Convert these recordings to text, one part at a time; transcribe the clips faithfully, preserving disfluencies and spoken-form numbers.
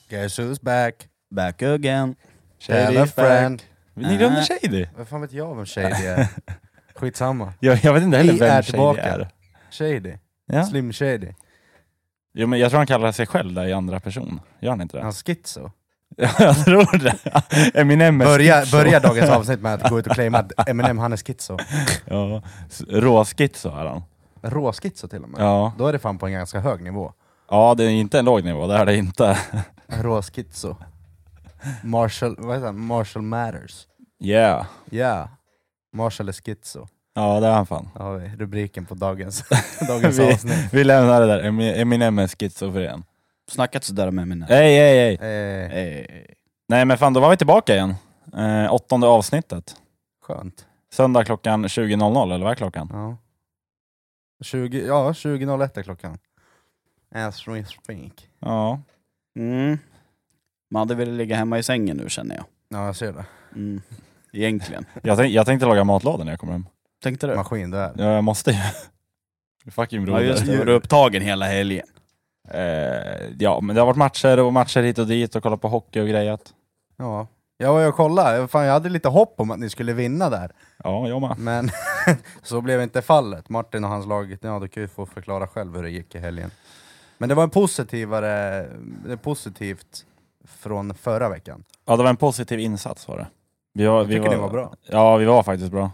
Guess who's back? Back again. Shady friend. Ni glömde Shady. Vad fan vet jag vem Shady är? Skitsamma. Jag, jag vet inte heller Vi vem är Shady tillbaka. är. Shady. Ja. Slim Shady. Jo, men jag tror han kallar sig själv där i andra person. Gör han inte det? Han schizo. Jag tror det. Eminem är Börja, schizo. börja dagens avsnitt med att gå ut och claima att Eminem han är schizo. Ja. Råschizo är han. Rå schizo till och med. Ja. Då är det fan på en ganska hög nivå. Ja, det är inte en låg nivå. Det är det inte. Rå schizo. Marshall, vad heter han? Marshall Matters. Yeah. Ja. Yeah. Marshall är schizo. Ja, det är han fan. Ja, vi rubriken på dagens, dagens vi, avsnitt. vi lämnar det där. Eminem är schizofren. Snackat sådär med mina. Hej, hej, hej. Eh, Hey. Nej, men fan, då var vi tillbaka igen. Eh, åttonde avsnittet. skönt. Söndag klockan tjugo noll noll, eller vad är klockan? Ja. tjugo, ja, tjugo noll ett är klockan. As we speak. Ja. Mm. Man hade velat ligga hemma i sängen nu, känner jag. Ja, jag ser det. Mm. Egentligen. Jag, tänk, jag tänkte laga matlådor när jag kommer hem. Tänkte du? Maskin där. Ja, jag måste ju. Fucking broder. Ja, just det. Var du upptagen hela helgen? Eh, ja, men det har varit matcher och matcher hit och dit och kollat på hockey och grejat. Ja. Jag var ju och kollade. Fan, jag hade lite hopp om att ni skulle vinna där. Ja, jag med. Men så blev inte fallet. Martin och hans lag, ja, du kan ju få förklara själv hur det gick i helgen. Men det var en positivare, det är positivt från förra veckan. Ja, det var en positiv insats var det. Vi var, Jag vi tycker var, det var bra. Ja, vi var faktiskt bra.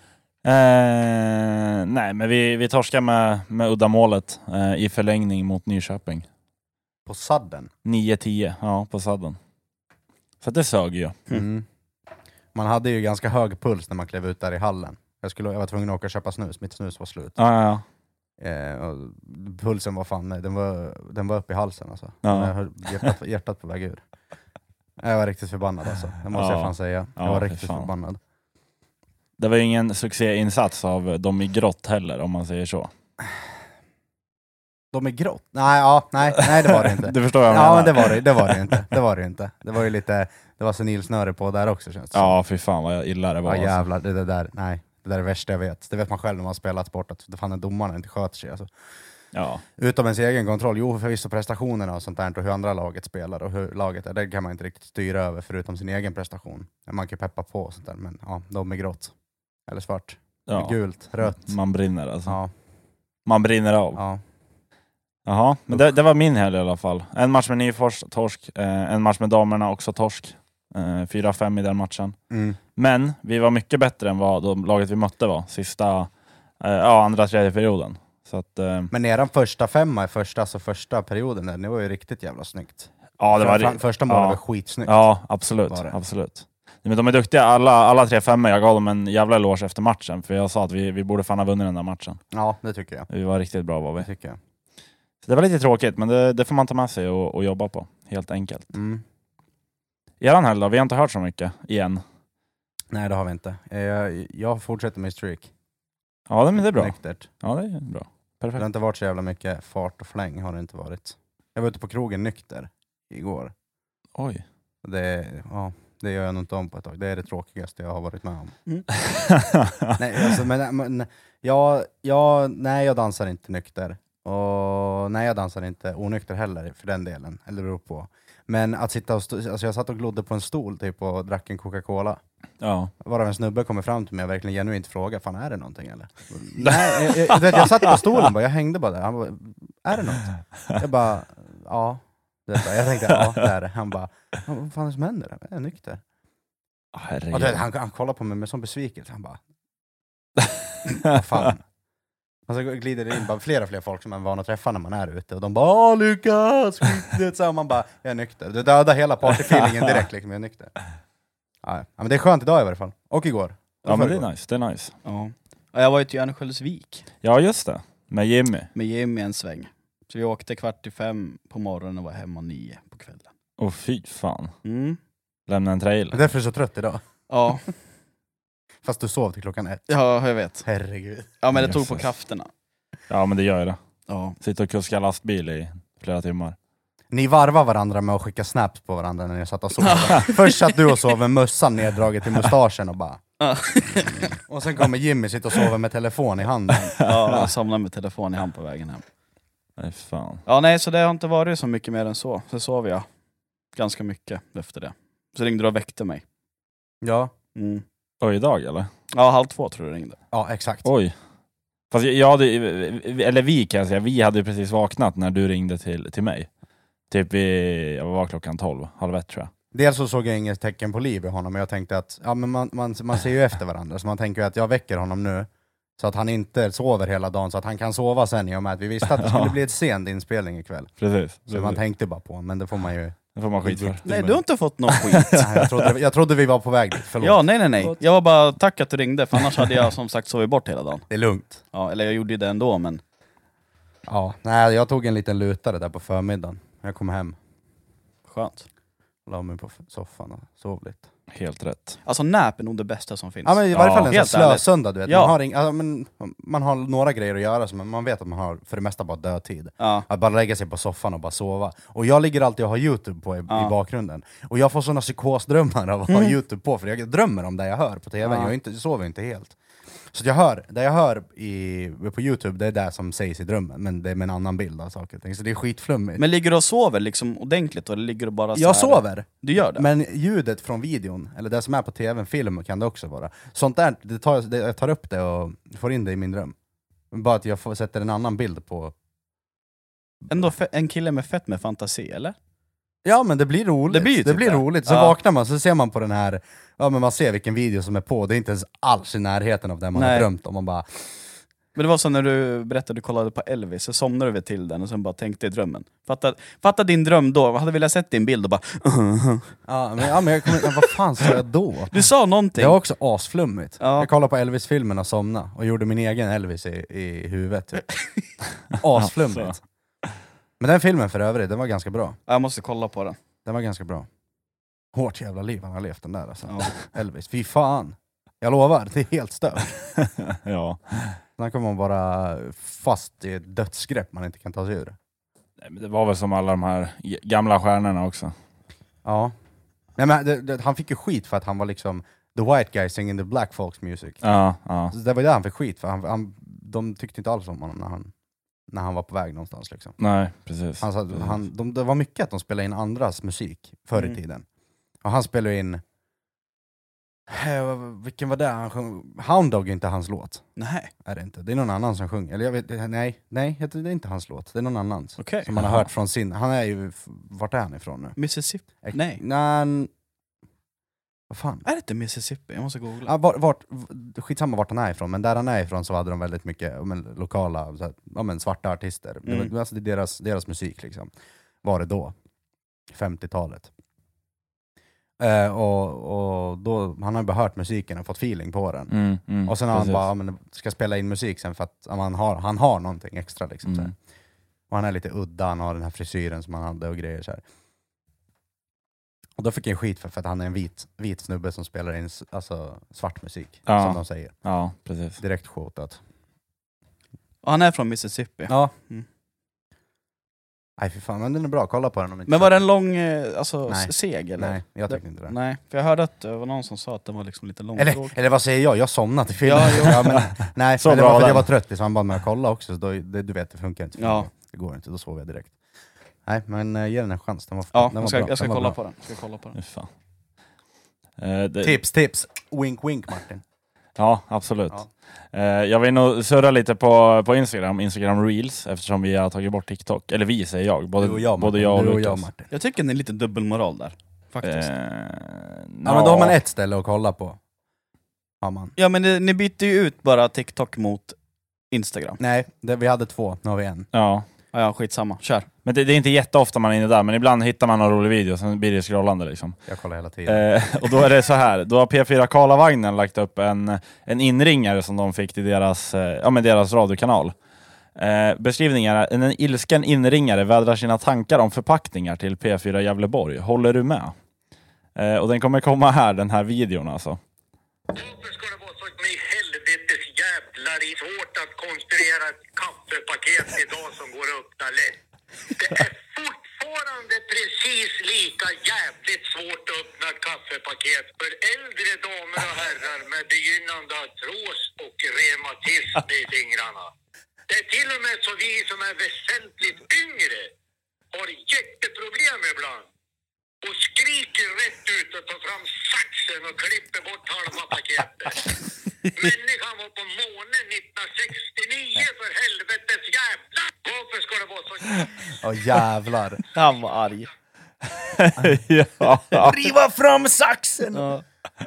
Eh, nej, men vi, vi torskade med, med uddamålet eh, i förlängning mot Nyköping. På sadden. nio tio, ja, på sadden. Så det sög ju. Mm. Man hade ju ganska hög puls när man klev ut där i hallen. Jag, skulle, jag var tvungen att åka och köpa snus, mitt snus var slut. Ja, ja, Eh, och pulsen var fan, nej, den var, den var uppe i halsen alltså. Ja. Jag höll hjärtat, hjärtat på väg ur. Jag var riktigt förbannad alltså, det måste Ja. jag fan säga. Jag Ja, var fy riktigt fan. förbannad. Det var ju ingen succéinsats av dem i grått heller, om man säger så. De är grått? Nej, ja, nej, nej det var det inte. Du förstår vad jag Ja, menar. men det var det, det var det inte. Det var det inte. Det var ju lite, det var senilsnöre på där också känns det Ja, fy fan vad illa det var. som. Ja alltså. jävlar, det, det där, nej. Det där är det värsta jag vet. Det vet man själv när man har spelat sport, att det fan är domarna inte sköter sig alltså. Ja. Utom ens egen kontroll, jo förvisso prestationerna och sånt där och hur andra laget spelar och hur laget är, det kan man inte riktigt styra över förutom sin egen prestation. Man kan peppa på och sånt där, men ja, de är grått. Eller svart. Ja. Gult, rött. Man brinner alltså. Ja, Man brinner av. ja. Jaha, men det, det var min helg i alla fall. En match med Nyfors, torsk. Eh, en match med damerna, också torsk. Eh, fyra fem i den matchen. Mm. Men vi var mycket bättre än vad de laget vi mötte var. Sista, eh, ja, andra, tredje perioden. Så att, eh, Men eran första femma i första, alltså första perioden där, det var ju riktigt jävla snyggt. ja, det var... Fram, första målet ja. var skitsnyggt. Ja, absolut. Var det. absolut. Men de är duktiga, alla, alla tre femmor. Jag gav dem en jävla eloge efter matchen. För jag sa att vi, vi borde fan ha vunnit den där matchen. Ja, det tycker jag. Vi var riktigt bra var vi. Det tycker jag. Så det var lite tråkigt, men det, det får man ta med sig och, och jobba på. Helt enkelt. Mm. Eran helg då? Vi har inte hört så mycket igen. Nej, det har vi inte. Jag, jag fortsätter med streak. Ja, men det är bra. Nyktert. Ja, det är bra. Det har Perfekt. inte varit så jävla mycket fart och fläng, har det inte varit. Jag var ute på krogen nykter igår. Oj. Det, ja, det gör jag nog inte om på ett tag. Det är det tråkigaste jag har varit med om. Mm. Nej, alltså, men, men, jag, jag, nej, jag dansar inte nykter. Och nej, jag dansar inte onykter heller för den delen. Eller beror på. Men att sitta och stå, alltså jag satt och glodde på en stol typ och drack en Coca-Cola. Ja. Varav en snubbe kommer fram till mig och verkligen genuint frågar, fan är det någonting eller? Nej, jag, jag, jag, jag satt på stolen bara, jag hängde bara där. Han bara, är det något? Jag bara, ja. Det bara, jag tänkte, ja det är det. Han bara, vad fan är det som händer? Jag är nykter. Herregud. Och du vet, han, han kollar på mig med sån besvikelse. Han bara, vad fan. Och så glider det in bara flera och fler folk som man är van att träffa när man är ute. Och de bara, åh Lukas! Det så man bara, jag är nykter. Det dödar hela partyfeelingen direkt liksom, jag är nykter. Ja, men det är skönt idag i alla fall. Och igår. Och Ja, men det förrgår. är nice. Det är nice. Ja. Ja, jag var ju till Örnsköldsvik Ja, just det. Med Jimmy. med Jimmy en sväng. Så vi åkte kvart i fem på morgonen och var hemma nio på kvällen. Åh fy fan. Mm. Lämna en Det trailer. är därför du är så trött idag. Ja, Fast du sov till klockan ett. ja, jag vet. Herregud. Ja, men det tog på Jesus. krafterna. Ja, men det gör det. Ja. Sitta och kuska lastbil i flera timmar. Ni varvar varandra med att skicka snaps på varandra när ni satt och sov. Först satt du och sov med mössan neddraget till mustaschen och bara... Och sen kommer Jimmy sitta och sova med telefon i handen. Ja, jag somnade med telefon i hand på vägen hem. Nej fan. Ja, nej, så det har inte varit så mycket mer än så. Så sov jag. ganska mycket efter det. Så ringde du och väckte mig. Ja. Mm. Och idag eller? Ja, halv två tror jag du ringde. Ja, exakt. Oj. Fast jag, jag hade, eller vi kan jag säga, vi hade ju precis vaknat när du ringde till, till mig. Typ i, jag var klockan tolv, halv ett tror jag. Dels så såg jag inget tecken på liv i honom, men jag tänkte att ja, men man, man, man ser ju efter varandra, så man tänker ju att jag väcker honom nu så att han inte sover hela dagen, så att han kan sova sen, i och med att vi visste att det skulle bli ett sent inspelning ikväll. Precis. Så precis. man tänkte bara på honom, men det får man ju... Det får man skit för. Nej, du har inte fått någon skit. Nej, jag, trodde, jag trodde vi var på väg dit, förlåt. Ja, nej, nej, nej. Jag var bara tack att du ringde, för annars hade jag som sagt sovit bort hela dagen. Det är lugnt. Ja, eller jag gjorde ju det ändå, men... Ja, nej, jag tog en liten lutare där på förmiddagen. Jag kom hem, Skönt. la mig på soffan och sov lite. Helt rätt. Alltså nap är nog det bästa som finns. Ja, men i varje Ja, fall en helt sån slösöndag, du vet. Ja. Man, har ing, alltså, men, man har några grejer att göra, så man, man vet att man har för det mesta bara dödtid. Ja. Att bara lägga sig på soffan och bara sova. Och jag ligger alltid och har YouTube på i, Ja. i bakgrunden. Och jag får såna psykosdrömmar av att ha YouTube på, för jag drömmer om det jag hör på tvn. Ja. Jag, är inte, jag sover inte helt. Så jag hör, det jag hör i, på YouTube, det är det som sägs i drömmen, men det är med en annan bild av saker och ting. Så det är skitflummigt. Men ligger du och sover liksom ordentligt, eller ligger du bara så jag här? sover! Du gör det? Men ljudet från videon, eller det som är på tvn, film kan det också vara. Sånt där, det tar, det, jag tar upp det och får in det i min dröm. Bara att jag får sätta en annan bild på... Ändå fe- en kille med fett med fantasi, eller? Ja, men det blir roligt. Det blir ju det typ blir det. roligt. Så Ja. vaknar man, så ser man på den här... Ja, men man ser vilken video som är på. Det är inte ens alls i närheten av det man Nej. har drömt om. Man bara... Men det var så när du berättade att du kollade på Elvis, så somnade du väl till den och sen bara tänkte i drömmen. Fatta, fatta din dröm då, jag hade velat sett din bild och bara... Ja, men, ja, men jag kommer, vad fan sa jag då? Du sa någonting. Det var också asflummigt. Ja. Jag kollade på Elvis-filmen och somnade och gjorde min egen Elvis i, i huvudet. Typ. Asflummigt. Alltså. Men den filmen för övrigt, den var ganska bra. Jag måste kolla på den. Den var ganska bra. Hårt jävla liv han har levt, den där alltså. Ja. Elvis, fy fan. Jag lovar, det är helt stört. Ja. Sen kommer man bara fast i ett dödsgrepp man inte kan ta sig ur. Nej, men det var väl som alla de här g- gamla stjärnorna också. Ja. Nej, men det, det, han fick ju skit för att han var liksom the white guy singing the black folks music. Ja, ja. Så det var det han fick skit för. Han, han, de tyckte inte alls om honom när han, när han var på väg någonstans. Liksom. Nej, precis. Han, sa, precis. han, de, det var mycket att de spelade in andras musik förr i Mm. tiden. Och han spelade in... Eh, vilken var det? Han sjöng, Hound Dog är inte hans låt. Nej, Är det inte? Det är någon annan som sjunger. Eller jag vet, nej, nej, det är inte hans låt. Det är någon annans. okej. Som man har Jaha. hört från sin... Han är ju... Vart är han ifrån nu? Mississippi? Ex- Nej. Nej, han- vad fan? Är det inte Mississippi? Jag måste googla. Ja, vart, vart, skitsamma vart han är ifrån, men där han är ifrån så hade de väldigt mycket ja, men, lokala så här, ja, men, svarta artister. Det Mm. var, alltså, det är deras, deras musik liksom. Var det då? femtiotalet. Eh, och, och då, han har ju bara hört musiken och fått feeling på den. Mm, mm, Och sen har han precis. bara, ja, men, ska spela in musik sen för att ja, han, har, han har någonting extra liksom. Så här. Mm. Och han är lite udda, han har den här frisyren som han hade och grejer så här. Och då fick jag skit för, för att han är en vit, vit snubbe som spelar in s- alltså, svart musik, Ja. som de säger. Ja, precis. Direkt quotat. Och han är från Mississippi. Ja. Mm. Nej för fan, men den är bra, kolla på den om inte Men var den lång, eh, alltså Nej. s- seg eller? Nej, jag tyckte inte det. Nej, för jag hörde att det var någon som sa att den var liksom lite lång. Eller, eller vad säger jag? Jag somnade till filmen. Ja, jo. Ja, men, nej, Så men det bra var för att den. jag var trött i samband med att kolla också, så då, det, du vet, det funkar inte för Ja. mig. Det går inte, då sover jag direkt. Nej, men uh, ge den en chans, den var, Ja, den var jag ska, bra. jag ska den var kolla bra. på den. Jag ska kolla på den. Fy fan. Eh, det, Tips, tips! Wink, wink Martin. Ja, absolut. Ja. Eh, jag vill nog surra lite på, på Instagram, Instagram Reels, eftersom vi har tagit bort TikTok. Eller vi säger jag, både, Du och jag, både Martin. jag och Du och Lukas. jag, Martin. Jag tycker det är lite dubbelmoral där. Faktiskt. Eh, Ja, men då har man ett ställe att kolla på. Har man. Ja, men ni, ni byter ju ut bara TikTok mot Instagram. Nej, det, vi hade två, nu har vi en. Ja. Ja, ja, skitsamma. Kör. Men det, det är inte jätteofta man är inne där, men ibland hittar man en rolig video, sen blir det scrollande liksom. Jag kollar hela tiden. Eh, och då är det så här, då har P fyra Karlavagnen lagt upp en, en inringare som de fick till deras, eh, ja, men deras radiokanal. Eh, beskrivningen är: en, en ilsken inringare vädrar sina tankar om förpackningar till P fyra Gävleborg. Håller du med? Eh, och den kommer komma här, den här videon alltså. Varför ska det vara så i helvetes jävlar i svårt att konstruera ett kaffepaket idag som går att öppna lätt? Det är fortfarande precis lika jävligt svårt att öppna ett kaffepaket för äldre damer och herrar med begynnande artros och reumatism i fingrarna. Det är till och med så vi som är väsentligt yngre har jätteproblem ibland. och skriker rätt ut och tar fram saxen och klipper bort halva paketet. Människan var på månen nittonhundrasextionio, för helvetes jävlar! Varför ska det vara så? Åh jävlar. Han var arg. ja. Riva fram saxen! Ja.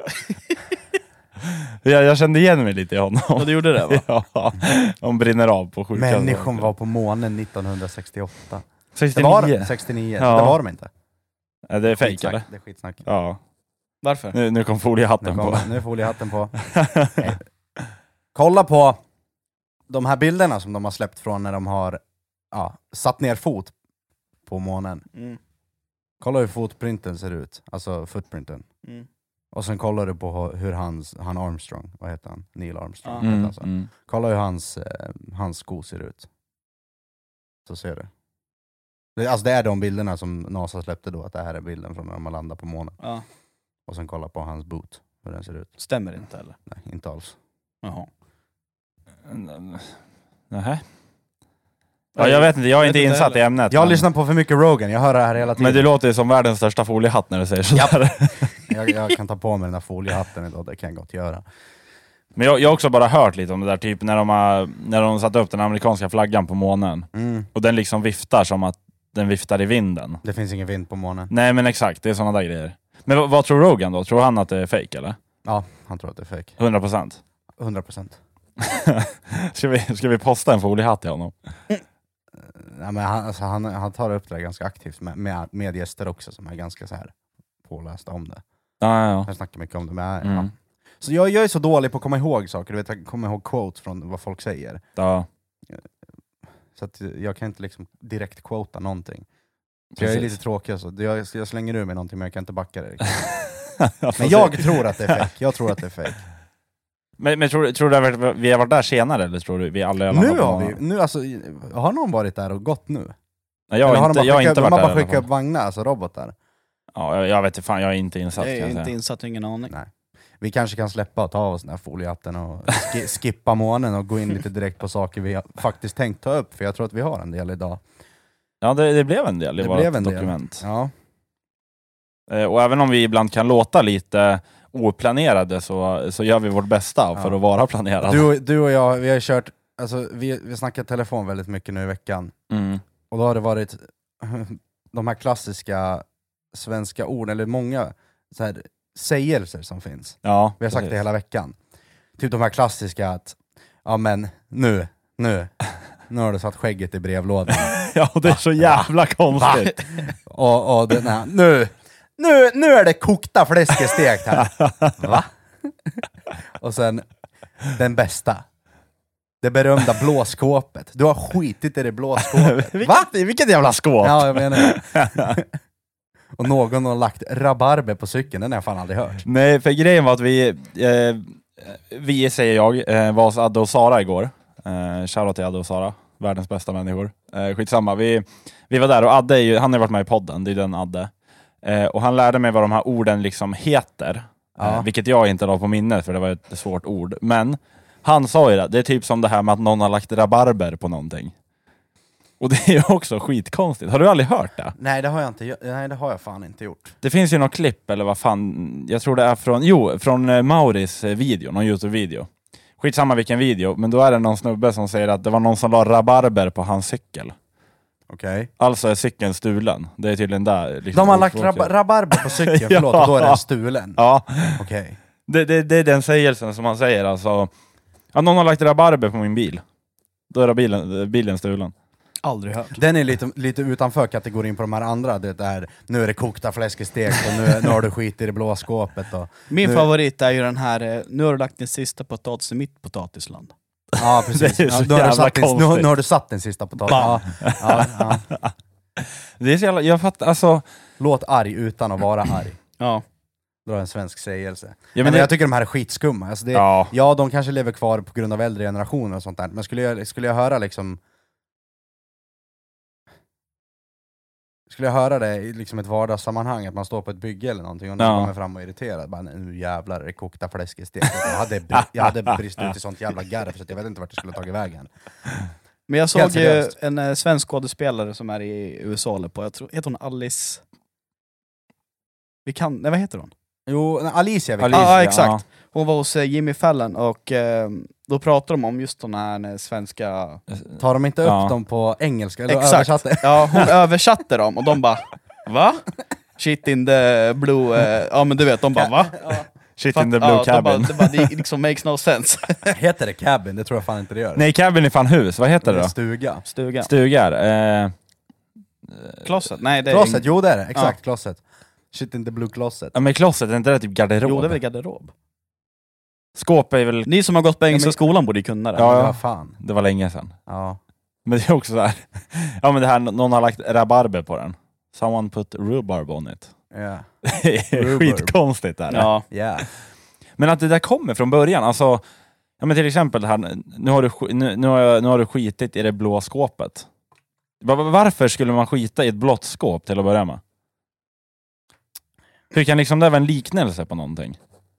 jag, jag kände igen mig lite i honom. Ja, du gjorde det va? ja, de brinner av på sjuka. Människan var på månen nittonhundrasextioåtta. sextionio. Det var sextionio, Ja. det var de inte. Är det fake Skitsnack, eller? det är skitsnack. Ja. Varför? Nu, nu kom foliehatten Nu, på. kommer, nu är foliehatten på. Nej. Kolla på de här bilderna som de har släppt från när de har ja, satt ner fot på månen. Mm. Kolla hur fotprinten ser ut, alltså footprinten. Mm. Och sen kollar du på hur hans, han Armstrong, vad heter han? Neil Armstrong. Ja. heter Mm, alltså. mm. Kolla hur hans, eh, hans sko ser ut. Så ser du. Det, alltså det är de bilderna som NASA släppte då, att det här är bilden från när de har landat på månen. Ja. Och sen kolla på hans boot, hur den ser ut. Stämmer inte eller? Nej, inte alls. Jaha. Nähä. Ja, jag vet inte, jag är Jag inte vet inte insatt i heller. ämnet. Jag men, lyssnar på för mycket Rogan, jag hör det här hela tiden. men du låter ju som världens största foliehatt när du säger sådär. jag, jag kan ta på mig den här foliehatten idag, det kan jag gott göra. Men jag, jag har också bara hört lite om det där, typ när de har när de satt upp den amerikanska flaggan på månen. Mm. Och den liksom viftar som att den viftar i vinden. Det finns ingen vind på månen. Nej men exakt, det är sådana där grejer. Men vad, vad tror Rogan då? Tror han att det är fake eller? Ja, han tror att det är fake. hundra procent. hundra procent. ska, vi, ska vi posta en foliehatt till honom? Nej, men han, alltså, han, han tar upp det ganska aktivt med, med, med gäster också som är ganska så här pålästa om det. Ja, ja, Jag snackar mycket om det. Men, Mm. ja. Så jag, jag är så dålig på att komma ihåg saker. Du vet, jag kommer ihåg quotes från vad folk säger. ja. Så att jag kan inte liksom direkt quota någonting. Så jag är Precis. lite tråkig. Så jag, jag slänger ur mig någonting men jag kan inte backa det. Ja, Men jag tror att det är fake. Jag tror att det är fake. Men, men tror, tror du att vi har varit där senare eller tror du vi aldrig har landat Nu på har vi, månen? nu alltså, har någon varit där och gått nu? Nej, jag Eller har har inte, de jag har bara inte skickat, varit de där. har bara i alla skickat fall. upp vagnar, alltså robotar? Ja, jag, jag vet inte, fan, jag är inte insatt Jag kan är jag inte säga. insatt, ingen aning. Nej. Vi kanske kan släppa och ta av oss den här foliehatten och sk- skippa månen och gå in lite direkt på saker vi har faktiskt tänkt ta upp, för jag tror att vi har en del idag. Ja, det, det blev en del i Det vårt blev en del. dokument. Ja. Eh, Och även om vi ibland kan låta lite oplanerade så, så gör vi vårt bästa för Ja. att vara planerade. Du, du och jag, vi har kört, alltså vi, vi har snackat telefon väldigt mycket nu i veckan. Mm. Och då har det varit de här klassiska svenska orden, eller många så här, sägelser som finns. Ja, Vi har sagt precis. det hela veckan. Typ de här klassiska att, ja men nu, nu, nu har du satt skägget i brevlådan. Ja, det är så jävla konstigt. och och den här, nu, nu, nu är det kokta fläsket stekt här. Va? Och sen, den bästa. Det berömda blåskåpet. Du har skitit i det blåskåpet. Va? vilket, vilket jävla skåp! Ja, jag menar det. Och någon har lagt rabarber på cykeln, den har jag fan aldrig hört. Nej, för grejen var att vi, eh, vi säger jag, eh, var hos Adde och Sara igår. Eh, Shoutout till Adde och Sara, världens bästa människor. Eh, skitsamma, vi, vi var där och Adde, är ju, han har varit med i podden, det är den Adde. Eh, och han lärde mig vad de här orden liksom heter. Ja. Eh, vilket jag inte la på minnet för det var ett svårt ord. Men han sa ju det, det är typ som det här med att någon har lagt rabarber på någonting. Och det är ju också skitkonstigt. Har du aldrig hört det? Nej, det har jag inte, nej, det har jag fan inte gjort. Det finns ju något klipp, eller vad fan, jag tror det är från, jo, från eh, Mauris eh, video, någon YouTube-video. Skitsamma vilken video, men då är det någon snubbe som säger att det var någon som la rabarber på hans cykel. Okej. Alltså är cykeln stulen. Det är tydligen där. Liksom, De har lagt ordspråket. rab- rabarber på cykeln, Ja. förlåt, och då är den stulen. Ja, Okej. det, det, det är den sägelsen som han säger, alltså. Ja, någon har lagt rabarber på min bil. Då är bilen, bilen stulen. Aldrig hört. Den är lite, lite utanför kategorin på de här andra, det där, nu är det kokta fläsket stekt och nu, nu har du skit i det blå skåpet. Och, Min nu, favorit är ju den här, eh, nu har du lagt din sista potatis i mitt potatisland. Ja, precis. Det är så Ja, nu, har du jävla satt din, nu, konstigt. nu har du satt den sista potatisen. Ja, ja, ja. Det är så jävla, jag fattar, alltså. Låt arg utan att vara arg. Ja. Dra en svensk sägelse. Ja, men men det, jag tycker de här är skitskumma. Alltså det, ja. ja, de kanske lever kvar på grund av äldre generationer och sånt där. Men skulle jag, skulle jag höra liksom... Skulle jag höra det i liksom ett vardagssammanhang, att man står på ett bygge eller någonting och någon Ja. kommer fram och är irriterad, bara nu jävlar är det kokta fläsket stekt. Jag hade, br- jag hade brist ut i sånt jävla garv så att jag vet inte vart det skulle tagit vägen. Men jag såg Helt ju seriöst. en eh, svensk skådespelare som är i U S A eller på, jag tror, heter hon Alice... Vi kan, nej vad heter hon? Jo, Alicia. Ja, Alicia, ah, exakt. ja. Hon var hos eh, Jimmy Fallon och eh, då pratade de om just den här eh, svenska... Tar de inte upp Ja. dem på engelska? Eller Exakt. översatte? Ja, hon översatte dem och de bara va? Shit in the blue... Eh, ja men du vet, de bara va? Shit Fatt- in the blue ja, de cabin. Bara, det, bara, det liksom makes no sense. Heter det cabin? Det tror jag fan inte det gör. Nej, cabin är fan hus. Vad heter det det är då? stuga. Stuga. Stugar. Eh, Closet? Nej det är... Closet, jo det är det. Exakt, closet. Shit in the blue closet. ja, men closet, är inte det typ garderob? Jo, det är väl garderob. Skåp är väl... Ni som har gått på engelska men- skolan borde ju kunna det. Ja, Ja, ja. fan. Det var länge sedan. Ja. Men det är också så här. Ja men det här, någon har lagt rabarber på den. Someone put rhubarb on it. Ja. Det är Rhubarb. skitkonstigt där. Ja. Ja. Men att det där kommer från början, alltså... Ja men till exempel det här, nu har du, sk- nu, nu har jag, nu har du skitit i det blå skåpet. Va- va- Varför skulle man skita i ett blått skåp till att börja med? Hur kan liksom det vara en liknelse på någonting?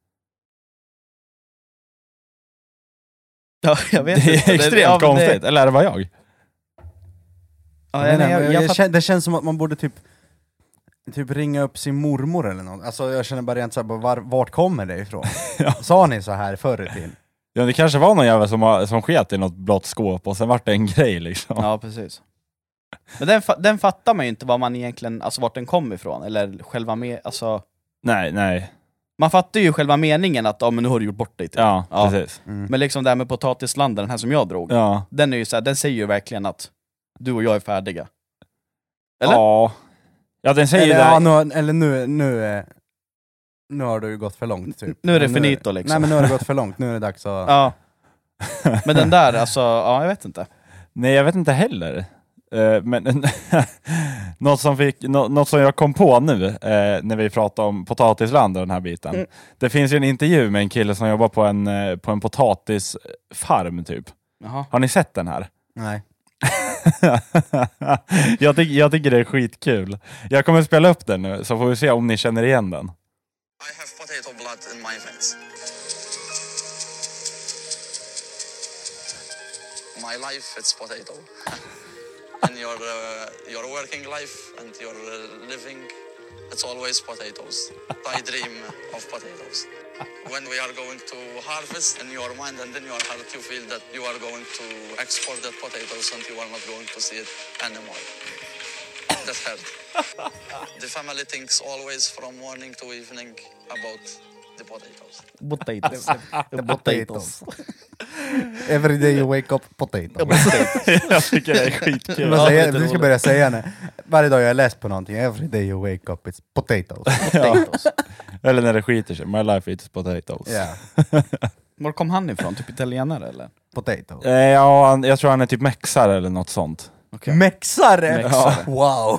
Ja, jag vet Det inte. är extremt ja, men det- konstigt, eller är det bara jag? Ja, Jag jag, menar, jag, jag, jag, jag fatt- känner, det känns som att man borde typ Typ ringa upp sin mormor eller något. Alltså jag känner bara rent såhär, bara, var, vart kommer det ifrån? Ja. Sa ni så här förr i tiden? Ja det kanske var någon jävel som, har- som sket i något blått skåp och sen vart det en grej liksom. Ja, precis. Men den, fa- den fattar man ju inte vad man egentligen, alltså vart den kom ifrån, eller själva med, alltså... Nej, nej. Man fattar ju själva meningen att, ja men nu har du gjort bort dig typ. Ja, Ja. precis. Mm. Men liksom det här med potatislandet, den här som jag drog, Ja. den är ju så här, den säger ju verkligen att du och jag är färdiga. Eller? Ja. Ja den säger Eller, ju ja, det. nu, eller nu, nu, eh, nu har du ju gått för långt typ. Nu är det Nu finito, liksom. Nej men nu har det gått för långt, nu är det dags att... Ja. Men den där, alltså, ja jag vet inte. Nej jag vet inte heller. Eh, men något, som fick, nå- något som jag kom på nu eh, när vi pratade om potatisland och den här biten. Mm. Det finns ju en intervju med en kille som jobbar på en, eh, på en potatisfarm typ. Jaha. Har ni sett den här? Nej. jag, tyck, jag tycker det är skitkul. Jag kommer spela upp den nu så får vi se om ni känner igen den. I have potato blood in my veins. My life, it's potato. And your uh, your working life and your uh, living, it's always potatoes. I dream of potatoes. When we are going to harvest in your mind and in your heart, you feel that you are going to export that potatoes and you are not going to see it anymore. That hurt. The family thinks always from morning to evening about the potatoes. Potatoes. The potatoes. Every day you wake up potato. Jag tycker det är skitkul. Man Ja, säger, lite du ska roligt. börja säga det. Varje dag jag är läst på någonting. Every day you wake up it's potatoes. Potatoes. Eller när det skiter sig. My life is potatoes. Ja, Var kom han ifrån? Typ italienare eller? potatoes. Eh, ja, han, jag tror han är typ mexare eller något sånt. Okay. Mexare! Mexare. Ja. Wow!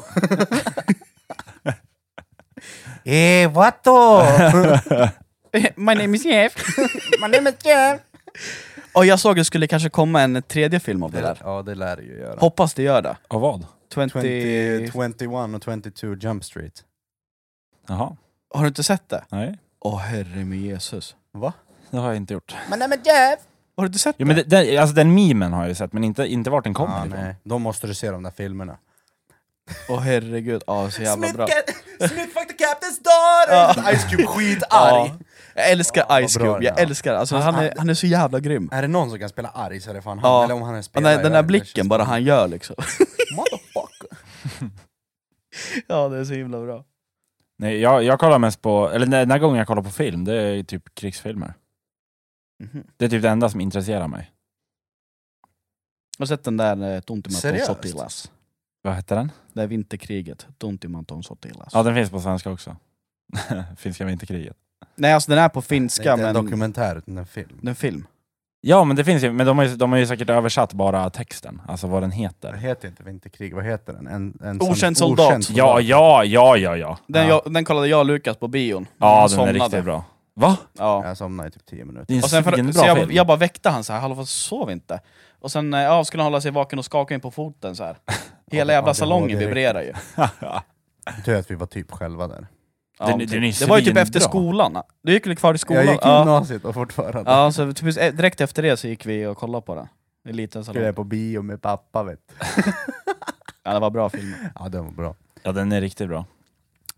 Eh, what då? My name is Jeff. My name is Jeff. Och jag såg att det skulle kanske komma en tredje film av det där. Ja, det lär det ju göra. Hoppas det gör det. Och vad? tjugo, tjugo... tjugoett och tjugotvå Jump Street. Jaha, Har du inte sett det? nej. Åh herre min Jesus. Va? Det har jag inte gjort. My name is Jeff. Har du inte sett Jo, men det, det, alltså den memen har jag ju sett, men inte, inte vart den kommer Ah, ifrån. nej. Då måste du se de där filmerna. Åh herregud, ja så jävla bra. Smith fucked the captain's daughter! Ice Cube skitarg. Ja. Jag älskar Ja, vad Ice bra Cube, den jag är. älskar alltså, han, är, han är så jävla grym. Är det någon som kan spela arg så är det fan han. Ja. Eller om han är Den spelare. där, den där blicken bara han gör liksom. Motherfucker. Ja det är så himla bra. Nej, jag, jag kollar mest på, eller den här gången jag kollar på film, det är typ krigsfilmer. Mhm. Det är typ det enda som intresserar mig. Har du sett den där eh, Tuntimaton Seriöst? Sotilas? Vad heter den? Det är vinterkriget, Tuntimaton Sotilas. Ja, den finns på svenska också. Finska vinterkriget. Nej alltså den är på Det är finska inte en men dokumentär utan en film. den film. Ja, men det finns ju, men de har ju, de har ju säkert översatt bara texten, alltså vad den Det heter. heter inte Vinterkrig, vad heter den? En, en Okänd sån- soldat. okänd Ja, ja, ja, ja, ja. Den, Ja. jag, den kollade jag och Lukas på bion. Ja, Han den är somnade. riktigt bra. Va? Ja. Jag somnade i typ tio minuter. Det är en Och sen för, svinbra så jag, film. jag bara väckte han så här, hallå fast sov inte. Och sen eh, ja, skulle han hålla sig vaken och skaka in på foten så här. Hela Ja, jävla det salongen var det vibrerar ju. Tur att vi var typ själva där. Ja, Den- typ. den är det var ju typ svinbra. efter skolan. Du gick väl kvar i skolan? Jag gick i ja. gymnasiet och fortfarande. Ja, så typ, eh, direkt efter det så gick vi och kollade på den. En liten Skulle jag salong. på bio med pappa vet du. Ja, det var bra filmer. Ja, det var bra. Ja, den är riktigt bra.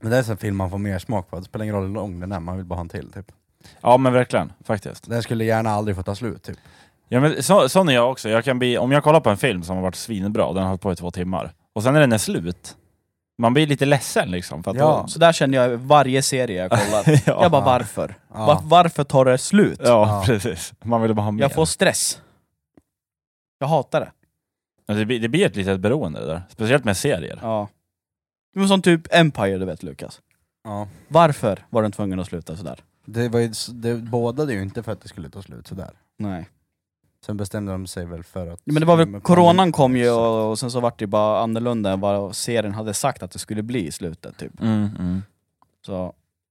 Men det är en film man får mer smak på. Det spelar ingen roll hur lång den är, man vill bara ha en till typ. Ja men verkligen, faktiskt. Den skulle gärna aldrig få ta slut typ. Ja, men så, sån är jag också. Jag kan bli, om jag kollar på en film som har varit svinbra, den har hållit på i två timmar, och sen när den är slut, man blir lite ledsen liksom. För att Ja. då, Så där känner jag varje serie jag kollar. Ja. Jag bara, varför? Ja. Var, varför tar det slut? ja, Ja. precis. Man vill bara ha mer. Jag får stress. Jag hatar det. Men det, blir, det blir ett litet beroende det där. Speciellt med serier. Ja. Det var som typ Empire, du vet Lukas. Ja. Varför var den tvungen att sluta sådär? Det var ju, det bådade ju inte för att det skulle ta slut sådär. Nej. Sen bestämde de sig väl för att... Ja, men det var väl, med coronan pandemin- kom ju och, och sen så var det bara annorlunda än vad serien hade sagt att det skulle bli i slutet typ. Mm, mm. Så,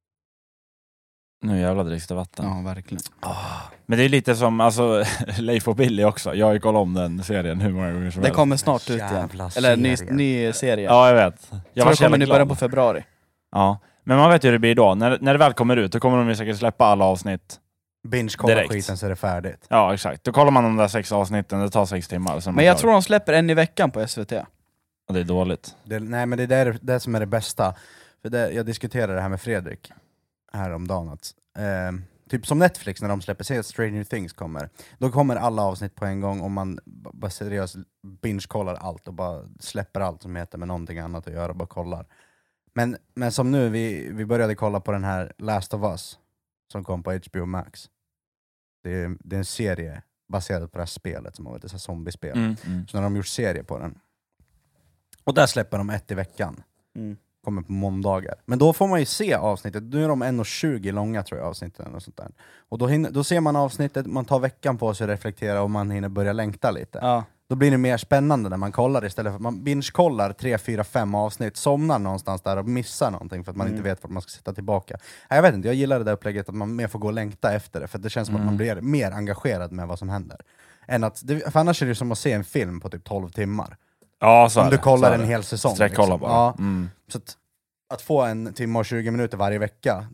Nu jävlar dricks det vatten. ja verkligen. Men det är lite som alltså, Leif och Billy också. Jag har ju kollat om den serien hur många gånger som Det helst. kommer snart ut igen. Jävla Eller ny, serie. ny serie. Ja, jag vet. Jag Jag var tror så det kommer jävla nu början glad. på februari. Ja. Men man vet ju hur det blir då. När, när det väl kommer ut, då kommer de ju säkert släppa alla avsnitt. Binge-kolla Direkt. skiten så är det färdigt. Ja, exakt. Då kollar man de där sex avsnitten, det tar sex timmar. Sen är man Men jag klar. tror de släpper en i veckan på S V T. Och det är dåligt. Det, nej men det är det, det som är det bästa. För det, jag diskuterade det här med Fredrik häromdagen. Att, eh, typ som Netflix när de släpper sig Stranger Things kommer. Då kommer alla avsnitt på en gång och man b- bara seriöst binge-kollar allt och bara släpper allt som heter med någonting annat att göra och bara kollar. Men, men som nu, vi, vi började kolla på den här Last of Us som kom på H B O Max. Det är, det är en serie baserad på det här spelet som har varit ett så här zombiespel. Mm, mm. Så när de gjort serie på den. Och där släpper de ett i veckan. Mm. Kommer på måndagar. Men då får man ju se avsnittet. Nu är de en och tjugo långa tror jag avsnitten och sånt där. Och då, hinner, då ser man avsnittet, man tar veckan på sig att reflektera och man hinner börja längta lite. Ja. Då blir det mer spännande när man kollar istället för att man binge-kollar tre, fyra, fem avsnitt, somnar någonstans där och missar någonting för att man Mm. inte vet vart man ska sätta tillbaka. Nej, jag vet inte, jag gillar det där upplägget att man mer får gå och längta efter det, för det känns som Mm. att man blir mer engagerad med vad som händer. Än att, det, för annars är det som att se en film på typ tolv timmar. Ja, så Om är du det. kollar Så är en det. hel säsong. Sträckkolla liksom. bara. Ja, Mm. så att, att få en timme och tjugo minuter varje vecka,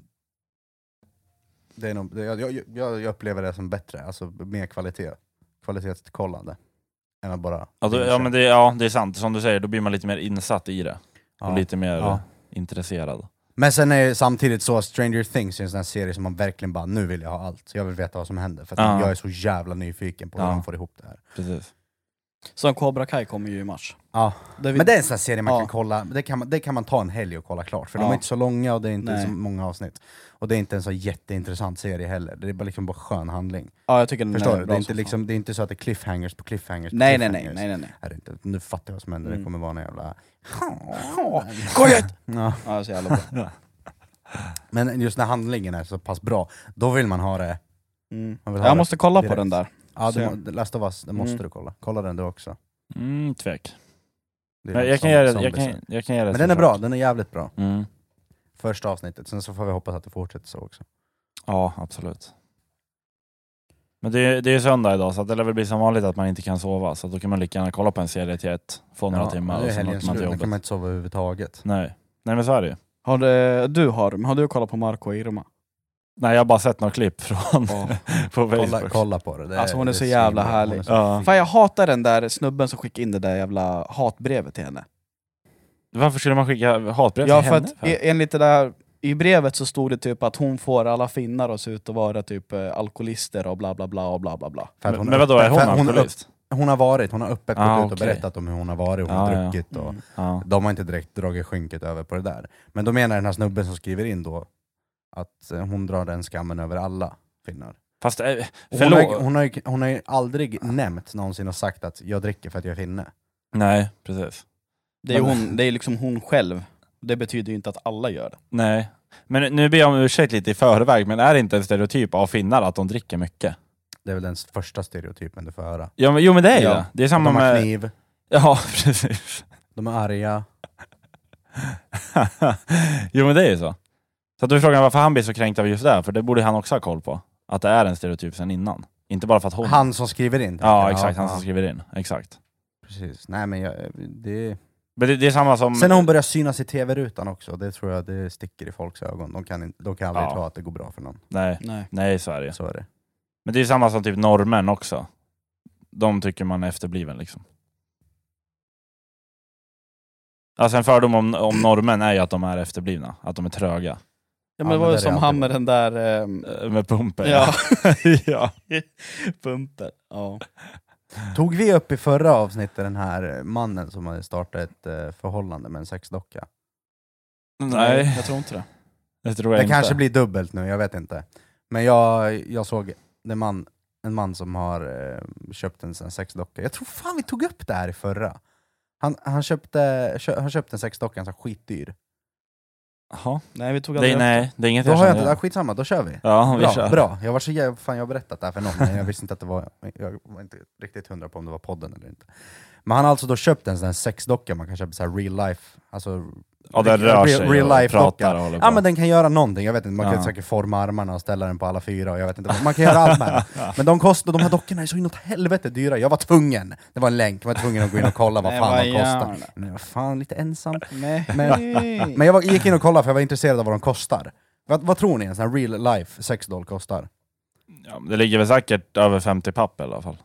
det är nog, det, jag, jag, jag upplever det som bättre, alltså mer kvalitet, kvalitetskollande. Än att bara... Ja, då, ja, men det, ja, det är sant. Som du säger, då blir man lite mer insatt i det. Ja. Och lite mer Ja. intresserad. Men sen är det samtidigt så att Stranger Things är en sån här serie som man verkligen bara, nu vill jag ha allt. Jag vill veta vad som händer, för att Ja. jag är så jävla nyfiken på hur Ja. de får ihop det här. Precis. Så Cobra Kai kommer ju i mars. Ja. Det vi- Men det är en sån här serie man Ja. kan kolla, det kan man, det kan man ta en helg och kolla klart, för Ja. de är inte så långa och det är inte Nej. så många avsnitt. Och det är inte en så jätteintressant serie heller, det är bara liksom bara skön handling. Ja, jag tycker den Förstår är du? Det bra är, inte som liksom, det är inte så att det är cliffhangers på cliffhangers på fan. Nej, nej, nej, cliffhangers. nej, nej, nej. Är det inte. Nu fattar jag vad som händer, det Mm. kommer vara en jävla... Kojet! Ja. Ja, så jävla bra. Men just när handlingen är så pass bra, då vill man ha det. Mm. Man vill ha Jag det måste kolla direkt. på den där. Ja, Se. det, må- Last of Us, det måste Mm. du kolla. Kolla den du också. Mm, tvek. Det är Men något jag kan som- göra det. som Jag blir kan, så. jag kan göra det. Men den är bra, den är jävligt bra. Mm. Första avsnittet, sen så får vi hoppas att det fortsätter så också. Ja, absolut. Men det är, det är söndag idag, så att det lär väl bli som vanligt att man inte kan sova. Så då kan man lika gärna kolla på en serie till ett, få några Ja, timmar det och är sen helgen åker man till slut, då jobbet. kan man inte sova överhuvudtaget. Nej. Nej, men så är det ju. Har det, du har, men har du kollat på Marco och Irma? Nej, jag har bara sett några klipp från Ja. på Kolla, Facebook. kolla på det. det Alltså, hon är det så jävla svinbra. härlig. Hon är så Ja. fin. Fan, jag hatar den där snubben som skickade in det där jävla hatbrevet till henne. Varför skulle man skicka hatbrev Ja, till för henne? att e- enligt det där, i brevet så stod det typ att hon får alla finnar att se ut att vara typ eh, alkoholister och bla bla bla och bla bla bla. För att Men, hon men vadå, är öppet- hon för hon, upp, alkoholist? hon har varit, hon har öppet gått Ah, ut och okej. berättat om hur hon har varit, hon Ja, har ja. druckit och Mm. Ja. de har inte direkt dragit skynket över på det där. Men då menar den här snubben som skriver in då att eh, hon drar den skammen över alla finnar. Fast, eh, Och Hon förlåt. har, hon, har, ju- hon har ju aldrig nämnt någonsin och sagt att jag dricker för att jag är finne. Nej, precis. Det är, Men- hon, det är liksom hon själv. Det betyder ju inte att alla gör det. Nej. Men nu ber jag om ursäkt lite i förväg, men är det inte en stereotyp av finnar att de dricker mycket? Det är väl den första stereotypen du får höra. Ja, men, jo men det är ju Ja. det. Det är samma De har med... kniv, Ja, precis. de är arga. Jo men det är ju så. Så att då är frågan varför han blir så kränkt av just det, för det borde han också ha koll på. Att det är en stereotyp sen innan. Inte bara för att hon... Han som skriver in. tänker Ja, jag. exakt. Han ja, som skriver in. Exakt. Precis. Nej men jag, det... Men det, det är samma som... Sen har hon börjat synas i tv-rutan också, det tror jag det sticker i folks ögon. De kan, inte, de kan aldrig Ja. tro att det går bra för någon. Nej, Nej. nej så är det. Så är det. Men det är samma som typ norrmän också. De tycker man är efterbliven liksom. Alltså en fördom om, om norrmän är ju att de är efterblivna. Att de är tröga. Ja, men det Ja, var men ju det är som det han alltid. med den där... ehm, Eh, Med pumpen. Ja. ja. Pumper. Ja. Tog vi upp i förra avsnittet den här mannen som hade startat ett eh, förhållande med en sexdocka? Nej, Jag tror inte det. det tror jag Det inte. kanske blir dubbelt nu, jag vet inte. Men jag, jag såg en man, en man som har eh, köpt en sån sexdocka. Jag tror fan vi tog upp det här i förra. Han, han, köpte, kö, han köpte en sexdocka, en sån skitdyr. Jaha. Nej, vi tog Det, aldrig är- upp nej, det är inget Då jag har jag känner inte, ja, igen. skitsamma, då kör vi. Ja, vi Bra, kör. bra. Jag var så jävla, fan jag har berättat det här för någon, men jag visste inte att det var, jag var inte riktigt hundra på om det var podden eller inte. Men han har alltså då köpt en sån här sexdocka, man kan köpa så här real life, alltså Ja, den rör sig real, real och life pratar docka. och håller på. Ja men den kan göra någonting, jag vet inte, man kan Ja. säkert forma armarna och ställa den på alla fyra, och jag vet inte, man kan göra allt med den. Men de kostar, de här dockorna är så inåt helvete dyra, jag var tvungen, det var en länk, jag var tvungen att gå in och kolla vad Nej, fan vad de kostar. gärna. Men jag var fan lite ensam. Nej. Men, men jag var, gick in och kollade för jag var intresserad av vad de kostar. Vad, vad tror ni en sån här real life sexdoll kostar? Ja, men det ligger väl säkert över femtio papp i alla fall.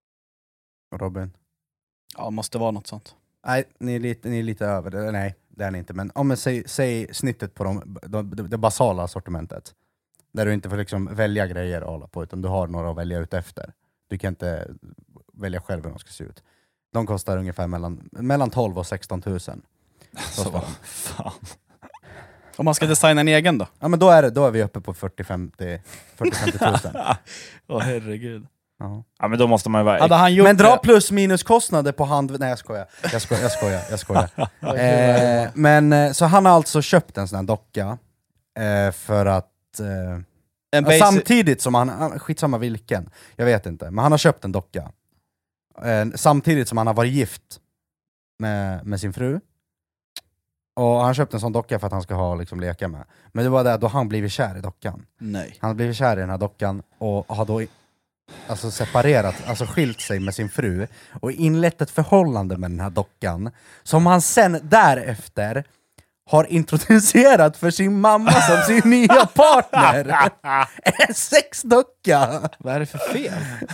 Robin? Ja, måste vara något sånt. Nej, ni är lite, ni är lite över det. Nej, det är ni inte. Men om man säger säg snittet på de, de, det, det basala sortimentet. Där du inte får liksom välja grejer att hålla på, utan du har några att välja ut efter. Du kan inte välja själv hur de ska se ut. De kostar ungefär mellan, mellan tolv och sexton tusen. Så vad fan. Om man ska designa en egen då? Ja men då är, det, då är vi uppe på fyrtio femtio tusen. Åh herregud. Ja. Ja, men då måste man ju vara... Hade han gjort Men dra det- plus minus kostnader på hand... Nej jag skojar, jag skojar, jag skojar, jag skojar. eh, Men eh, så han har alltså köpt en sån här docka eh, för att... Eh, en ja, basic... samtidigt som han... ah, Skitsamma vilken, jag vet inte. Men han har köpt en docka. Eh, samtidigt som han har varit gift med, med sin fru. Och han har köpt en sån docka för att han ska ha liksom leka med. Men det var där då han blivit kär i dockan. Nej. Han har blivit kär i den här dockan och har då i- alltså separerat, alltså skilt sig med sin fru och inlett ett förhållande med den här dockan som han sen därefter har introducerat för sin mamma som sin nya partner. En sexdocka! Vad är det för fel?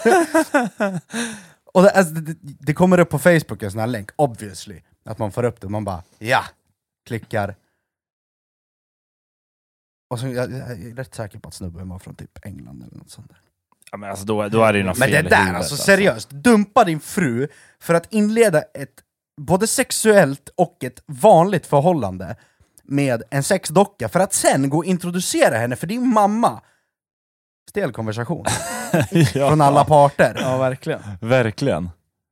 Och det, alltså, det, det kommer upp på Facebook en sån här länk, obviously. Att man får upp det och man bara, ja! Klickar. Och så, jag, jag är rätt säker på att snubben var från typ England eller något sånt där. Ja, men alltså då, då är det ju något Men det fel i där, huvudet, alltså seriöst, dumpa din fru för att inleda ett både sexuellt och ett vanligt förhållande med en sexdocka för att sen gå och introducera henne för din mamma. Stel konversation. Ja, Från alla parter. Ja, verkligen. verkligen.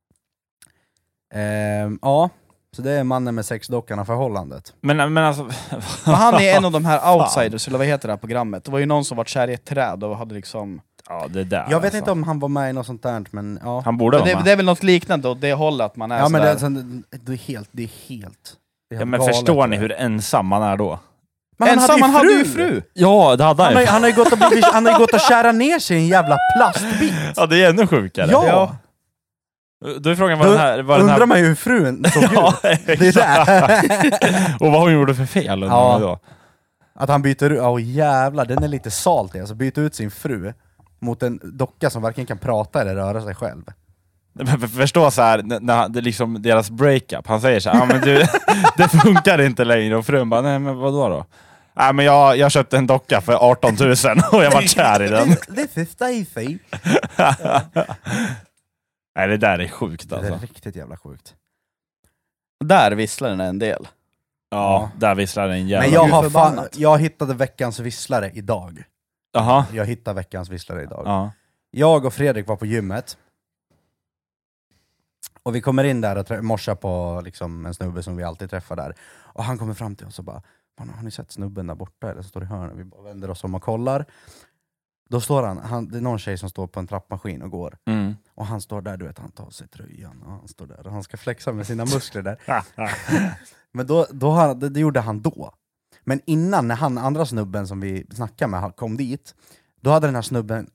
Ehm, ja, så det är mannen med sexdockan och förhållandet. Men, men alltså... Men han är en av de här outsiders, eller vad heter det här programmet? Det var ju någon som var kär i ett träd och hade liksom... Ja, det där Jag vet alltså. inte om han var med i något sånt där, men ja. Han borde Men vara det, med. det är väl något liknande åt det hållet, att man är Ja men det är, sådär... alltså, det är helt, det är helt... Det är Ja, helt men galet. förstår ni hur ensam man är då? Men han Ensam, hade han ju hade ju fru! fru! Ja, det hade Han han har, ju. ju- han har ju gått och, blivit, han har ju gått och kärat ner sig i en jävla plastbit! Ja, det är ännu sjukare. Ja! Ja. Då är frågan vad Då den här... Vad den undrar här... man ju hur frun såg Ja, ut. Det är det. Och vad hon gjorde för fel undrar Ja. man då. Att han byter ut, åh jävlar, den är lite saltig, alltså byter ut sin fru mot en docka som varken kan prata eller röra sig själv. Men för- Förstå så här, n- när det är liksom deras breakup, han säger så här, ah, men du, det funkar inte längre, och frun bara, nej men vadå då? Nej men jag, jag köpte en docka för arton tusen och jag var kär i den. This is Stacy. Nej, det där är sjukt Det alltså. är riktigt jävla sjukt. Där visslar den en del. Ja, där visslar den jävla... Men jag Gud har fan, förbannat. jag hittade veckans visslare idag. Jaha. Jag hittade veckans visslare idag. Ja. Jag och Fredrik var på gymmet. Och vi kommer in där och trä- morsar på liksom en snubbe som vi alltid träffar där. Och han kommer fram till oss och bara, "Fan, har ni sett snubben där borta? Eller så står i hörnet." Vi bara vänder oss om och kollar. Då står han, han, det är någon tjej som står på en trappmaskin och går. Mm. Och han står där, du vet, han tar sig tröjan och han står där och han ska flexa med sina muskler där. Men då, då har, det, det gjorde han då. Men innan, när han, andra snubben som vi snackade med kom dit, då hade den här snubben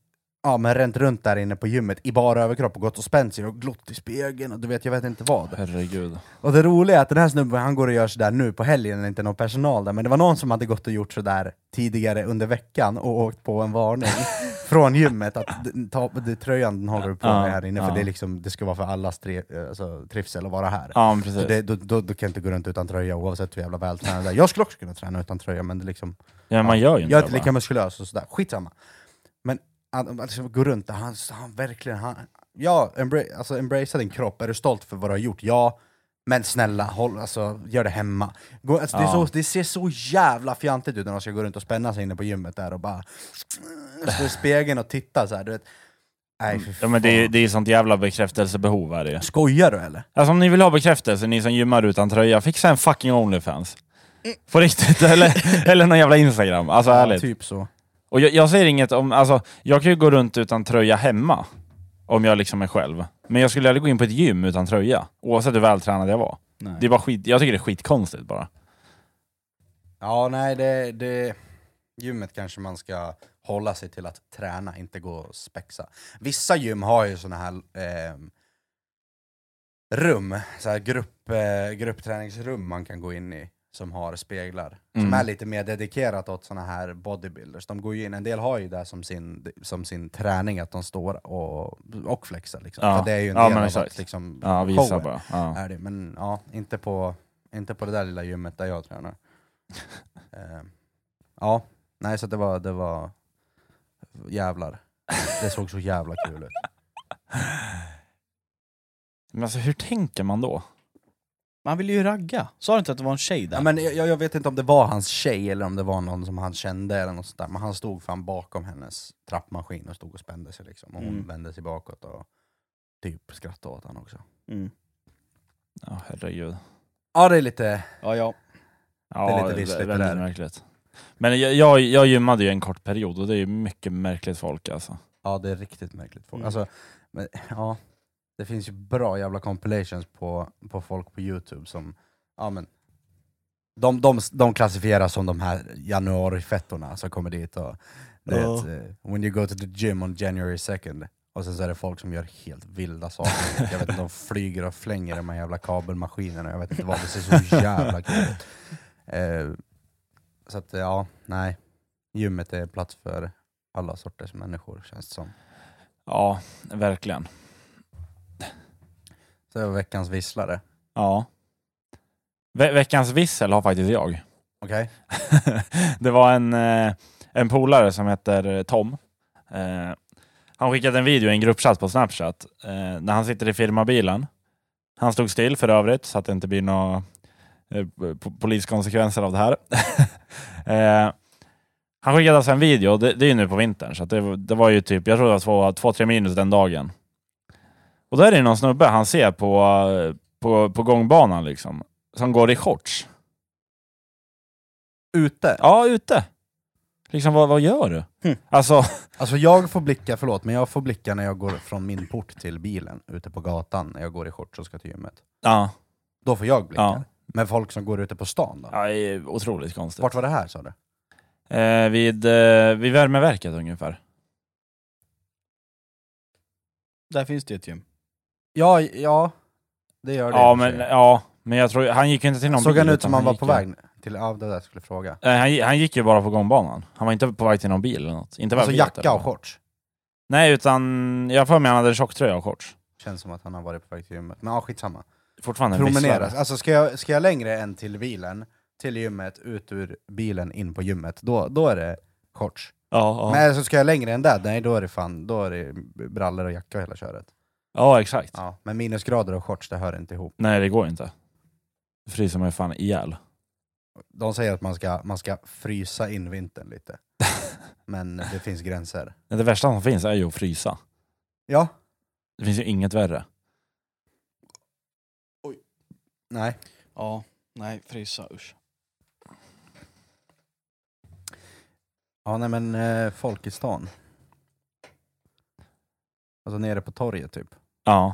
Ja, men ränt runt där inne på gymmet i bara överkropp och gått och spänt sig och glott i spegeln och du vet, jag vet inte vad. Herregud. Och det roliga är att den här snubben, han går och gör sådär nu på helgen, inte någon personal där, men det var någon som hade gått och gjort sådär tidigare under veckan och åkt på en varning från gymmet att ta det, tröjan den håller på med Ja, här inne, ja. för det, är liksom, det ska vara för allas tri, alltså, trivsel att vara här. Ja, precis. Så det, då, då, då kan jag inte gå runt utan tröja oavsett hur jävla vältränad jag är. Jag skulle också kunna träna utan tröja, men det liksom... Ja, man gör ju inte jag är det, inte lika va? muskulös och sådär, skitsamma. Men att alltså, gå runt där, han, han verkligen... Han, ja, embra, alltså, embracea din kropp, är du stolt för vad du har gjort? Ja, men snälla, håll, alltså, gör det hemma. Gå, alltså, det, är Ja. så, det ser så jävla fjantigt ut när de ska gå runt och spänna sig inne på gymmet där och bara... stå i spegeln och titta så här, du vet. Nej, fy Ja, men det är, fan. det är sånt jävla bekräftelsebehov är det ju. Skojar du eller? Alltså om ni vill ha bekräftelse, ni som gymmar utan tröja, fixa en fucking OnlyFans. På riktigt, eller, eller någon jävla Instagram, alltså ärligt. Typ så. Och jag, jag säger inget om, alltså jag kan ju gå runt utan tröja hemma. Om jag liksom är själv. Men jag skulle aldrig gå in på ett gym utan tröja. Oavsett hur vältränad jag var. Nej. Det är bara skit, jag tycker det är skitkonstigt bara. Ja, nej, det, det... Gymmet kanske man ska hålla sig till att träna, inte gå och spexa. Vissa gym har ju såna här eh, rum, så här grupp, eh, gruppträningsrum man kan gå in i, som har speglar. Som Mm. är lite mer dedikerat åt såna här bodybuilders. De går ju in, en del har ju det som sin, som sin träning, att de står och, och flexar liksom. Ja. För det är ju en Ja, del men av exakt. att liksom, Ja, visa showen bara. Ja. är det. Men ja, inte på, inte på det där lilla gymmet där jag tränar. eh, ja, nej, så det var, det var jävlar. Det såg så jävla kul ut. Men alltså hur tänker man då? Man vill ju ragga. Sa du inte att det var en tjej där? Ja, men jag, jag vet inte om det var hans tjej eller om det var någon som han kände eller något sånt där. Men han stod fan bakom hennes trappmaskin och stod och spände sig liksom. Och hon Mm. vände sig bakåt och typ skrattade åt honom också. Mm. Ja, herregud. Ja, det är lite... Ja, ja. Ja, Det är lite vissligt det väldigt där. märkligt. Men jag, jag, jag gymmade ju en kort period och det är ju mycket märkligt folk alltså. Ja, det är riktigt märkligt. Folk. Mm. Alltså, men, ja, det finns ju bra jävla compilations på, på folk på YouTube som... Ja, men, de, de, de klassifieras som de här januarifettorna som kommer dit och... Du Ja. vet, eh, when you go to the gym on January second. Och sen så är det folk som gör helt vilda saker. Jag vet inte, de flyger och flänger de här jävla kabelmaskinerna. Jag vet inte vad, det ser så jävla kul ut. Eh, så att ja, nej. Gymmet är plats för alla sorters människor, känns det som. Ja, verkligen. Så det var veckans visslare. Ja. Ve- veckans vissel har faktiskt jag. Okej? Det var en, eh, en polare som heter Tom. Eh, han skickade en video i en gruppchatt på Snapchat eh, när han sitter i firmabilen. Han stod still för övrigt så att det inte blir några eh, po- poliskonsekvenser av det här. eh, han skickade alltså en video, det, det är ju nu på vintern så att det, det var ju typ, jag tror det var två, två, tre minus den dagen. Och då är det någon snubbe han ser på, eh, på, på gångbanan liksom, som går i shorts. Ute? Ja, ute. Liksom, vad, vad gör du? Hm. Alltså, Alltså jag får blicka, förlåt, men jag får blicka när jag går från min port till bilen ute på gatan när jag går i shorts och ska till gymmet. ja, Då får jag blicka. Ja. Men folk som går ute på stan då? ja, det är otroligt konstigt. Vart var det här, sa du? Eh, vid, eh, vid värmeverket ungefär. Där finns det ju ett gym. Ja, ja. Det gör det. Ja, i och för men, sig. ja, men jag tror, han gick ju inte till någon Såg bil. han ut utan som han var gick på ju- väg till... Ja, det där jag skulle fråga. Eh, han, han gick ju bara på gångbanan. Han var inte på väg till någon bil eller något. Inte vad Alltså jag vet, jacka eller och vad. shorts. Nej, utan jag får mig han hade tjocktröja och shorts. Känns som att han har varit på väg till gymmet. Men ja, skitsamma. Fortfarande en Promenera. visslare. Alltså ska jag, ska jag längre än till bilen, till gymmet, ut ur bilen, in på gymmet, då, då är det shorts. Ja, ja. Men alltså, ska jag längre än det, nej då är det fan, då är det brallor och jacka och hela köret. ja, exakt. Ja, men minusgrader och shorts, det hör inte ihop. Nej, det går inte. Det fryser man ju fan ihjäl. De säger att man ska, man ska frysa in vintern lite. Men det finns gränser. Det värsta som finns är ju att frysa. Ja, Det finns ju inget värre. nej. Ja, nej, frysa, usch. Ja, nej men eh, folk i stan. Alltså nere på torget typ. Ja.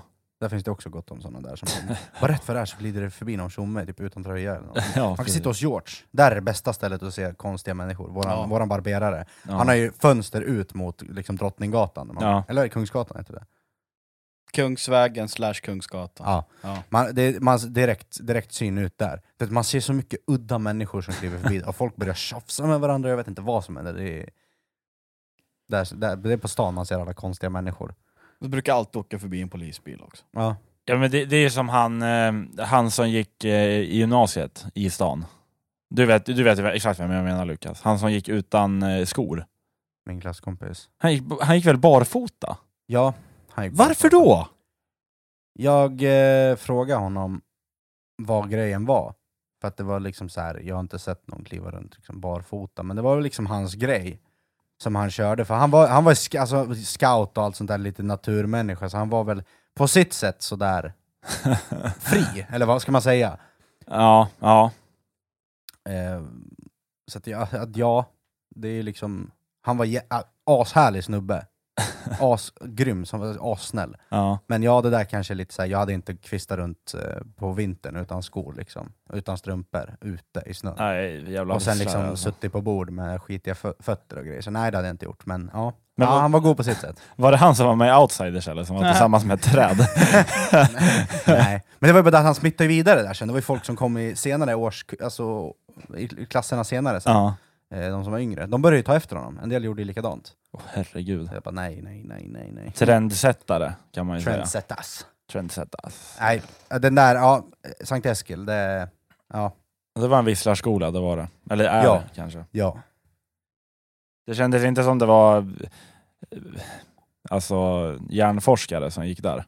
Där finns det också gott om sådana där som bara rätt för det här så glider det förbi någon tjomme typ utan tröja eller något. Ja, Man kan sitta hos George. Där är det bästa stället att se konstiga människor. Våran, Ja. våran barberare. Ja. Han har ju fönster ut mot liksom Drottninggatan. Ja. Eller Kungsgatan heter det. Kungsvägen slash Kungsgatan. Ja. Ja. Man, det, man direkt, direkt syn ut där. För att man ser så mycket udda människor som kliver förbi och folk börjar tjafsa med varandra. Jag vet inte vad som är det. Det är, där, där, det är på stan man ser alla konstiga människor. Du brukar alltid åka förbi en polisbil också. Ja. Ja, men det, det är som han, eh, han som gick eh, i gymnasiet i stan. Du vet, du vet exakt vem jag menar, Lukas. Han som gick utan eh, skor. Min klasskompis. Han gick, han gick väl barfota? Ja. Han gick Varför då? Jag eh, frågade honom vad grejen var. För att det var liksom så här, jag har inte sett någon kliva runt liksom barfota. Men det var väl liksom hans grej som han körde. För han var, han var sk- alltså, scout och allt sånt där, lite naturmänniska. Så han var väl på sitt sätt så där fri. Eller vad ska man säga? Ja, ja. Eh, så att, ja, att ja, det är liksom... Han var jä- a- ashärlig snubbe. Asgrym, som var assnäll. ja. Men ja, det där kanske är lite så här, jag hade inte kvistat runt eh, på vintern utan skor liksom. Utan strumpor, ute i snön. Nej, jävla och sen visslar, liksom alltså. suttit på bord med skitiga fö- fötter och grejer. Så nej, det hade jag inte gjort. Men ja, Men ja vad- han var god på sitt sätt. Var det han som var med i Outsiders eller som var tillsammans med ett träd? Nej, men det var ju bara att han smittade vidare där sen. Det var ju folk som kom i senare års, alltså i i klasserna senare sen. Ja. Eh, de som var yngre. De började ju ta efter honom. En del gjorde ju likadant. Åh, herregud. Så jag bara nej, nej, nej, nej, nej. Trendsättare kan man ju säga. Trendsetters. Trendsättas. Nej, den där, ja, Sankt Eskil, det, ja, Det var en visslarskola, det var det. Eller är Ja. det, kanske. ja. Det kändes inte som det var eh, alltså hjärnforskare som gick där.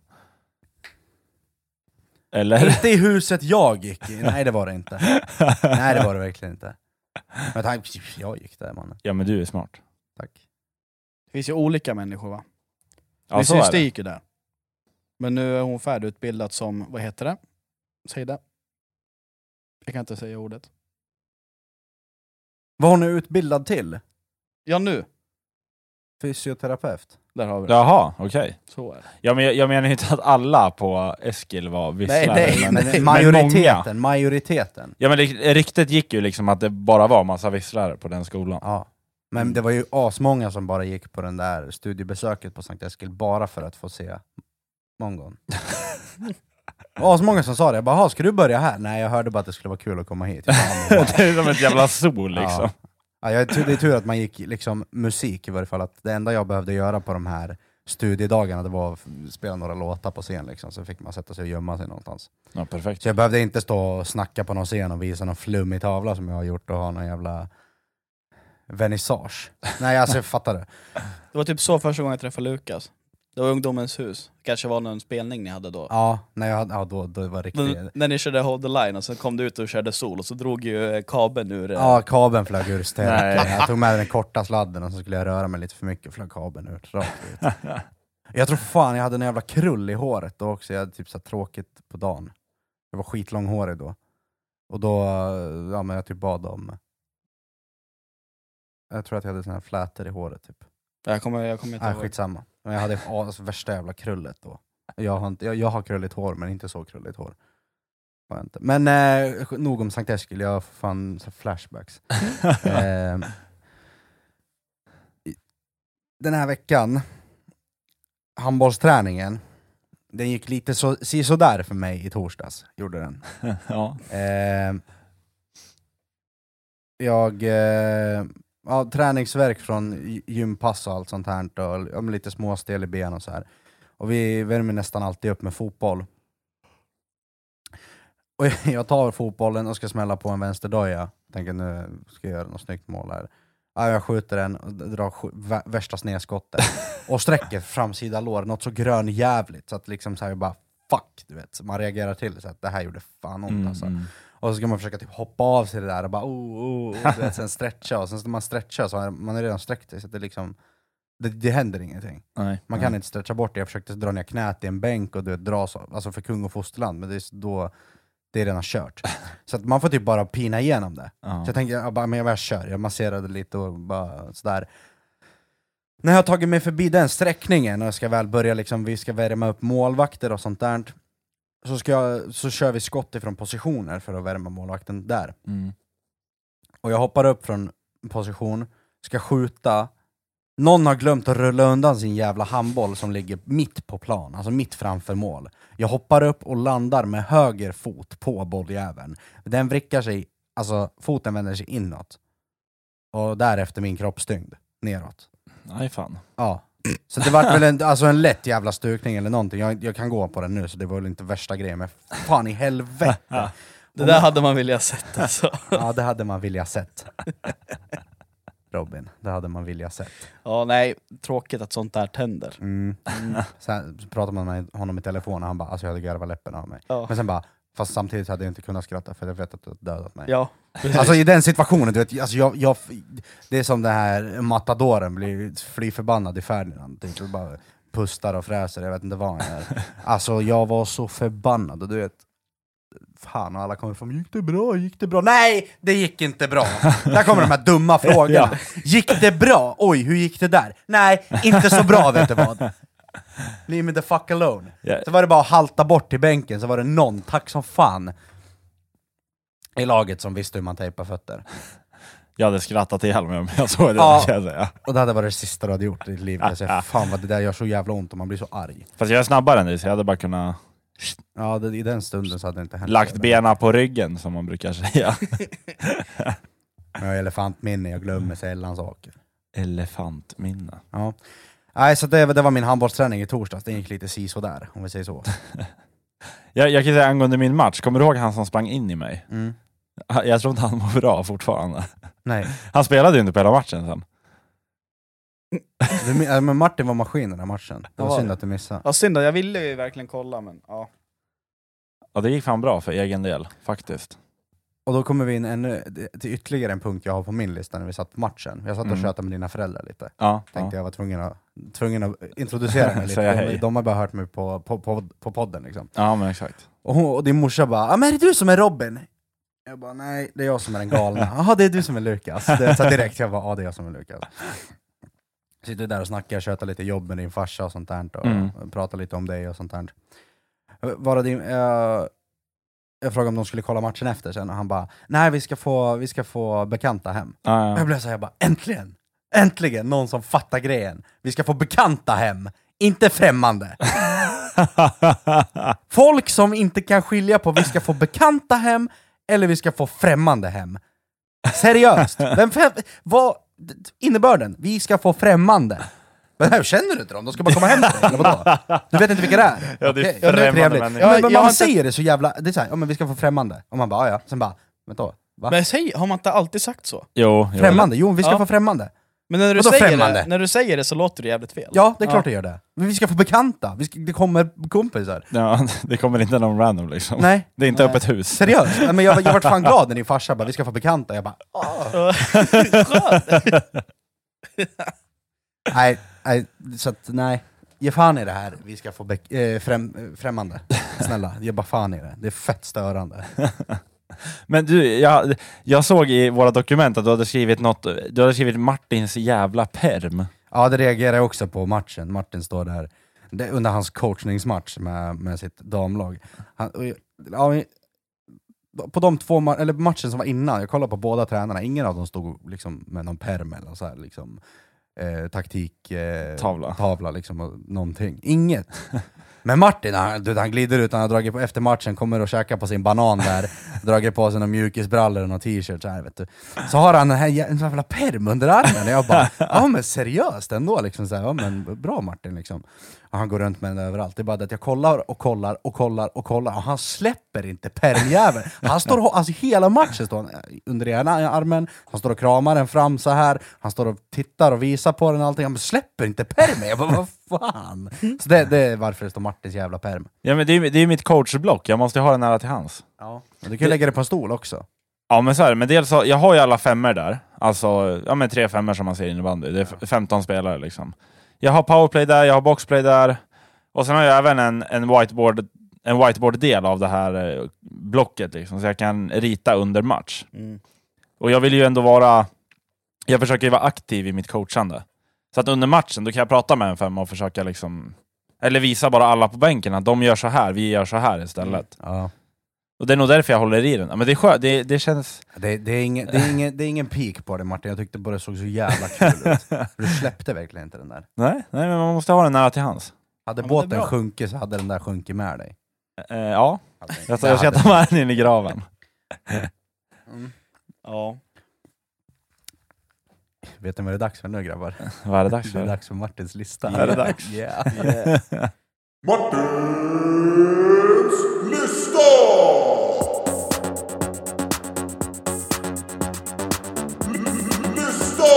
Eller? Inte i huset jag gick i, nej det var det inte. Nej det var det verkligen inte. Men tack, jag gick där mannen. Ja, men du är smart. Tack. Det finns ju olika människor, va? Ja, Min så är syster det. gick ju där. Men nu är hon färdigutbildad som, vad heter det? Säg det. Jag kan inte säga ordet. Vad hon är utbildad till? Ja, nu. Fysioterapeut. Där har vi det. Jaha, okej. Så är det. Ja, men jag, jag menar inte att alla på Eskil var visslare. Nej, nej, men, Men men majoriteten, många. majoriteten. Ja, men det, ryktet gick ju liksom att det bara var massa visslare på den skolan. Ja. Men det var ju asmånga som bara gick på den där studiebesöket på Sankt Eskil bara för att få se mongon. Asmånga som sa det, jag bara, "Ha, ska du börja här?" Nej, jag hörde bara att det skulle vara kul att komma hit. Jag bara, Det är som ett jävla sol liksom. Ja. Ja, jag tror det är tur att man gick liksom musik i varje fall. Att det enda jag behövde göra på de här studiedagarna det var att spela några låtar på scen liksom. Så fick man sätta sig och gömma sig någonstans. Ja, perfekt. Så jag behövde inte stå och snacka på någon scen och visa någon flummig tavla som jag har gjort och ha någon jävla vernissage. Nej, alltså jag fattar det. Det var typ så första gången jag träffade Lukas. Det var Ungdomens hus. Kanske var någon spelning ni hade då. Ja, när jag hade, ja då, då var det riktigt. Men, när ni körde Hold the Line och så kom du ut och körde sol och så drog ju eh, kabeln ur... eh, Ja, kabeln flög ur stället. Nej. Jag tog med den korta sladden och så skulle jag röra mig lite för mycket och flög kabeln ut. Rakt ut. Jag tror fan jag hade en jävla krull i håret då också. Jag hade typ så här tråkigt på dagen. Jag var skitlånghårig då. Och då, ja men jag typ bad om... Jag tror att jag hade såna här flätor i håret typ. Jag kommer, jag kommer inte Nej, ihåg. skitsamma. Men jag hade alltså, värsta jävla krullet då. Jag har, inte, jag, jag har krulligt hår, men inte så krulligt hår. Har jag inte. Men eh, nog om Sankt Eskil, jag har fan så flashbacks. eh, den här veckan, handbollsträningen, den gick lite så, si sådär för mig i torsdags, gjorde den. Ja. Eh, jag... Eh, ja, träningsverk från gympass och allt sånt här och ja, lite småstel i ben och så här. Och vi värmer nästan alltid upp med fotboll. Och jag tar fotbollen och ska smälla på en vänsterdoja. Tänker nu ska jag göra något snyggt mål här. Ja, jag skjuter den och drar sk- värsta snedskottet. Och sträcker framsida lår, något så grön jävligt så att liksom så här bara fuck, du vet. Man reagerar till så att det här gjorde fan ont Mm, alltså. mm. Och så ska man försöka typ hoppa av sig det där och bara oh, oh, oh, du vet, sen stretcha och sen ska man stretcha så har man är redan sträckt sig så att det liksom det, det händer ingenting. Nej, Man nej. kan inte stretcha bort det. Jag försökte dra ner knät i en bänk och du vet, dra så, alltså för kung och fosterland, men det är då det är redan kört. Så att man får typ bara pina igenom det. Ja. Så jag tänkte, jag bara, men jag bara kör. Jag masserade lite och bara sådär. när jag har tagit mig förbi den sträckningen och jag ska väl börja liksom, vi ska värma upp målvakter och sånt där, så, ska jag, så kör vi skott ifrån positioner för att värma målvakten där. Mm. Och jag hoppar upp från position, ska skjuta. Någon har glömt att rulla undan sin jävla handboll som ligger mitt på plan, alltså mitt framför mål. Jag hoppar upp och landar med höger fot på bolljäveln. Den vrickar sig, alltså foten vänder sig inåt. Och därefter min kroppstyngd neråt. Nej fan. Ja. Så det var väl en, alltså en lätt jävla stukning eller någonting. Jag, jag kan gå på den nu, så det var väl inte värsta grejen. Men fan i helvete. Det där hade man vilja sett alltså. Ja, det hade man vilja sett. Robin, det hade man vilja sett. Ja, nej, tråkigt att sånt där tänder. Mm. Mm. Sen så pratar man med honom i telefon och han bara, alltså jag hade garvat läppen av mig. Ja. Men sen bara, fast samtidigt hade jag inte kunnat skratta för jag vet att du har dödat mig. Ja, Alltså i den situationen, du vet, alltså jag, jag, det är som den här matadoren blir fly förbannad i Ferdinand. Typ, och bara pustar och fräser, jag vet inte vad han är. Alltså jag var så förbannad och du vet, fan, och alla kommer fram, gick det bra, gick det bra? Nej, det gick inte bra. Där kommer de här dumma frågorna. Ja. Gick det bra? Oj, hur gick det där? Nej, inte så bra, vet du vad. Leave me the fuck alone. Yeah. Så var det bara att halta bort till bänken, så var det någon, tack som fan, i laget som visste hur man tejpar fötter. Jag hade skrattat ihjäl mig om jag såg det. Ja. Kan jag säga. Och det hade varit det sista du hade gjort i ditt liv. Jag säger, fan vad det där gör så jävla ont och man blir så arg. Fast jag är snabbare än dig, så jag hade bara kunnat Ja, det, i den stunden så hade det inte hänt. lagt benen på ryggen, som man brukar säga. Jag har elefantminne, jag glömmer sällan saker. Elefantminne. Ja. Nej, så det, det var min handbollsträning i torsdags. Det gick lite si så där, om vi säger så. Jag, jag kan säga angående min match, kommer du ihåg han som sprang in i mig? Mm. Jag tror inte han mår bra fortfarande. Nej. Han spelade ju inte på hela matchen sen. Du, men Martin var maskin den här matchen. Det var Ja. synd att du missade. ja, synd, jag ville ju verkligen kolla, men ja. Ja, det gick fan bra för egen del, faktiskt. Och då kommer vi in ännu, till ytterligare en punkt jag har på min lista när vi satt på matchen. Jag satt och Mm. tjötade med dina föräldrar lite. Ja, Tänkte ja. jag var tvungen att, tvungen att introducera mig lite. Säga De, hej. de har bara hört mig på, på, på, på podden liksom. Ja, men exakt. Och, hon, och din morsa bara, ah, men är det du som är Robin? Jag bara, nej, det är jag som är den galna. Jaha, det är du som är Lukas. Det, så direkt jag bara, ja, det är jag som är Lukas. Sitter där och snackar, köta lite jobb med din farsa och sånt där. Och Mm. pratar lite om dig och sånt där. Var det din, jag, jag frågade om de skulle kolla matchen efter sen och han bara, nej, vi ska få, vi ska få bekanta hem. Ja, Jag ja. blev så här, jag bara, äntligen! Äntligen någon som fattar grejen. Vi ska få bekanta hem, inte främmande. Folk som inte kan skilja på vi ska få bekanta hem eller vi ska få främmande hem. Seriöst. Vem fem, vad innebörden? Vi ska få främmande. Men här, känner du inte dem? De ska bara komma hem till dig, eller vadå? Du vet inte vilka det är? Ja, det är Okej, ja, främmande trevligt. människor. Ja, men, men Jag man har inte- säger det så jävla... Det är så här, ja men vi ska få främmande. Och man bara, ja, ja. Sen bara, vänta, va? Men säg, har man inte alltid sagt så? Jo, jo. Främmande? Jo, vi ska Ja. få främmande. Men när du, Vadå säger främmande? det, när du säger det så låter det jävligt fel. Ja, det är klart det gör det. Men vi ska få bekanta. Vi ska, det kommer kompisar. Ja, det kommer inte någon random liksom. Nej. Det är inte Nej. öppet hus. Seriöst. Men jag, jag vart fan glad när din farsa bara, vi ska få bekanta. Jag bara, åh. Nej, nej, så att nej. Ge fan i det här. Vi ska få be- äh, främ, främmande. Snälla, ge bara fan i det. Det är fett störande. Men du, jag, jag såg i våra dokument att du hade skrivit något, du hade skrivit Martins jävla perm. Ja, det reagerar jag också på matchen. Martin står där det, under hans coachningsmatch med, med sitt damlag. Han, och, ja, på de två ma- eller matchen som var innan, jag kollade på båda tränarna, ingen av dem stod liksom med någon perm eller så här, liksom, eh, taktik eh, Tavla. tavla liksom, och någonting. Inget. Men Martin, han, du, han glider ut, han har dragit på efter matchen, kommer och käkar på sin banan där, dragit på sig några mjukisbrallor och någon t-shirt så här, vet du. Så har han en, här, en sån jävla perm under armen och jag bara, ja men seriöst ändå liksom, så här, ja men bra Martin liksom. Och han går runt med den överallt. Det är bara det att jag kollar och kollar och kollar och kollar och han släpper inte permjäveln. Han står och, alltså hela matchen står han under ena armen, han står och kramar den fram så här, han står och tittar och visar på den och allting, han släpper inte permen. Jag bara, vad fan? Så det, det är varför det står Martins jävla perm. Ja, men det är, det är mitt coachblock, jag måste ha den nära till hands. Ja. Du kan ju lägga det på en stol också. Ja, men så här, men dels så, jag har ju alla femmer där. Alltså, ja men tre femmer som man ser i innebandy. Det är f- femton spelare liksom. Jag har powerplay där, jag har boxplay där. Och sen har jag även en, en whiteboard en whiteboard-del av det här eh, blocket liksom. Så jag kan rita under match. Mm. Och jag vill ju ändå vara... Jag försöker ju vara aktiv i mitt coachande. Så att under matchen, då kan jag prata med en femma och försöka liksom... Eller visa bara alla på bänken att de gör så här, vi gör så här istället. Mm. Ja. Och det är nog därför jag håller i den. Men det är skö- det, det känns... Det, det, är ingen, det, är ingen, det är ingen peak på det, Martin. Jag tyckte bara det såg så jävla kul ut. Du släppte verkligen inte den där. Nej, nej, men man måste ha den nära till hands. Hade men båten det är bra. sjunkit så hade den där sjunkit med dig. Eh, ja, Hade den- jag, det jag ska hade- ta med den in i graven. Mm. Ja. Vet ni vad det är dags för nu, grabbar? Vad är det dags Det är för? dags för Martins lista. Är det dags? Yeah. Yeah. Martins lista! Lista!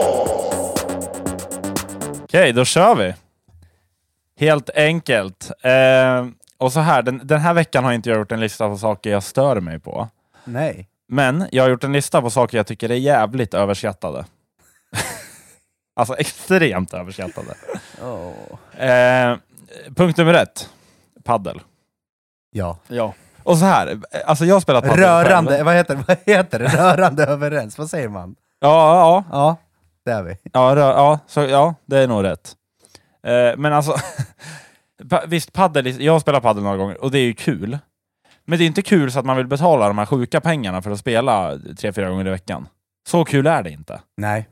Okej, då kör vi. Helt enkelt. Eh, och så här, den, den här veckan har inte jag gjort en lista på saker jag stör mig på. Nej. Men jag har gjort en lista på saker jag tycker är jävligt överskattade. Alltså extremt överskattade. Oh. Eh, punkt nummer ett. Paddel. Ja. Ja. Och så här, alltså jag har spelat paddel Rörande, själv. vad heter, vad heter det? Rörande överens, vad säger man? Ja, ja, Ja, det är vi. ja, rö- ja, så, ja, det är nog rätt. Eh, men alltså, pa- visst paddel, jag har spelat paddel några gånger och det är ju kul. Men det är inte kul så att man vill betala de här sjuka pengarna för att spela tre, fyra gånger i veckan. Så kul är det inte. Nej.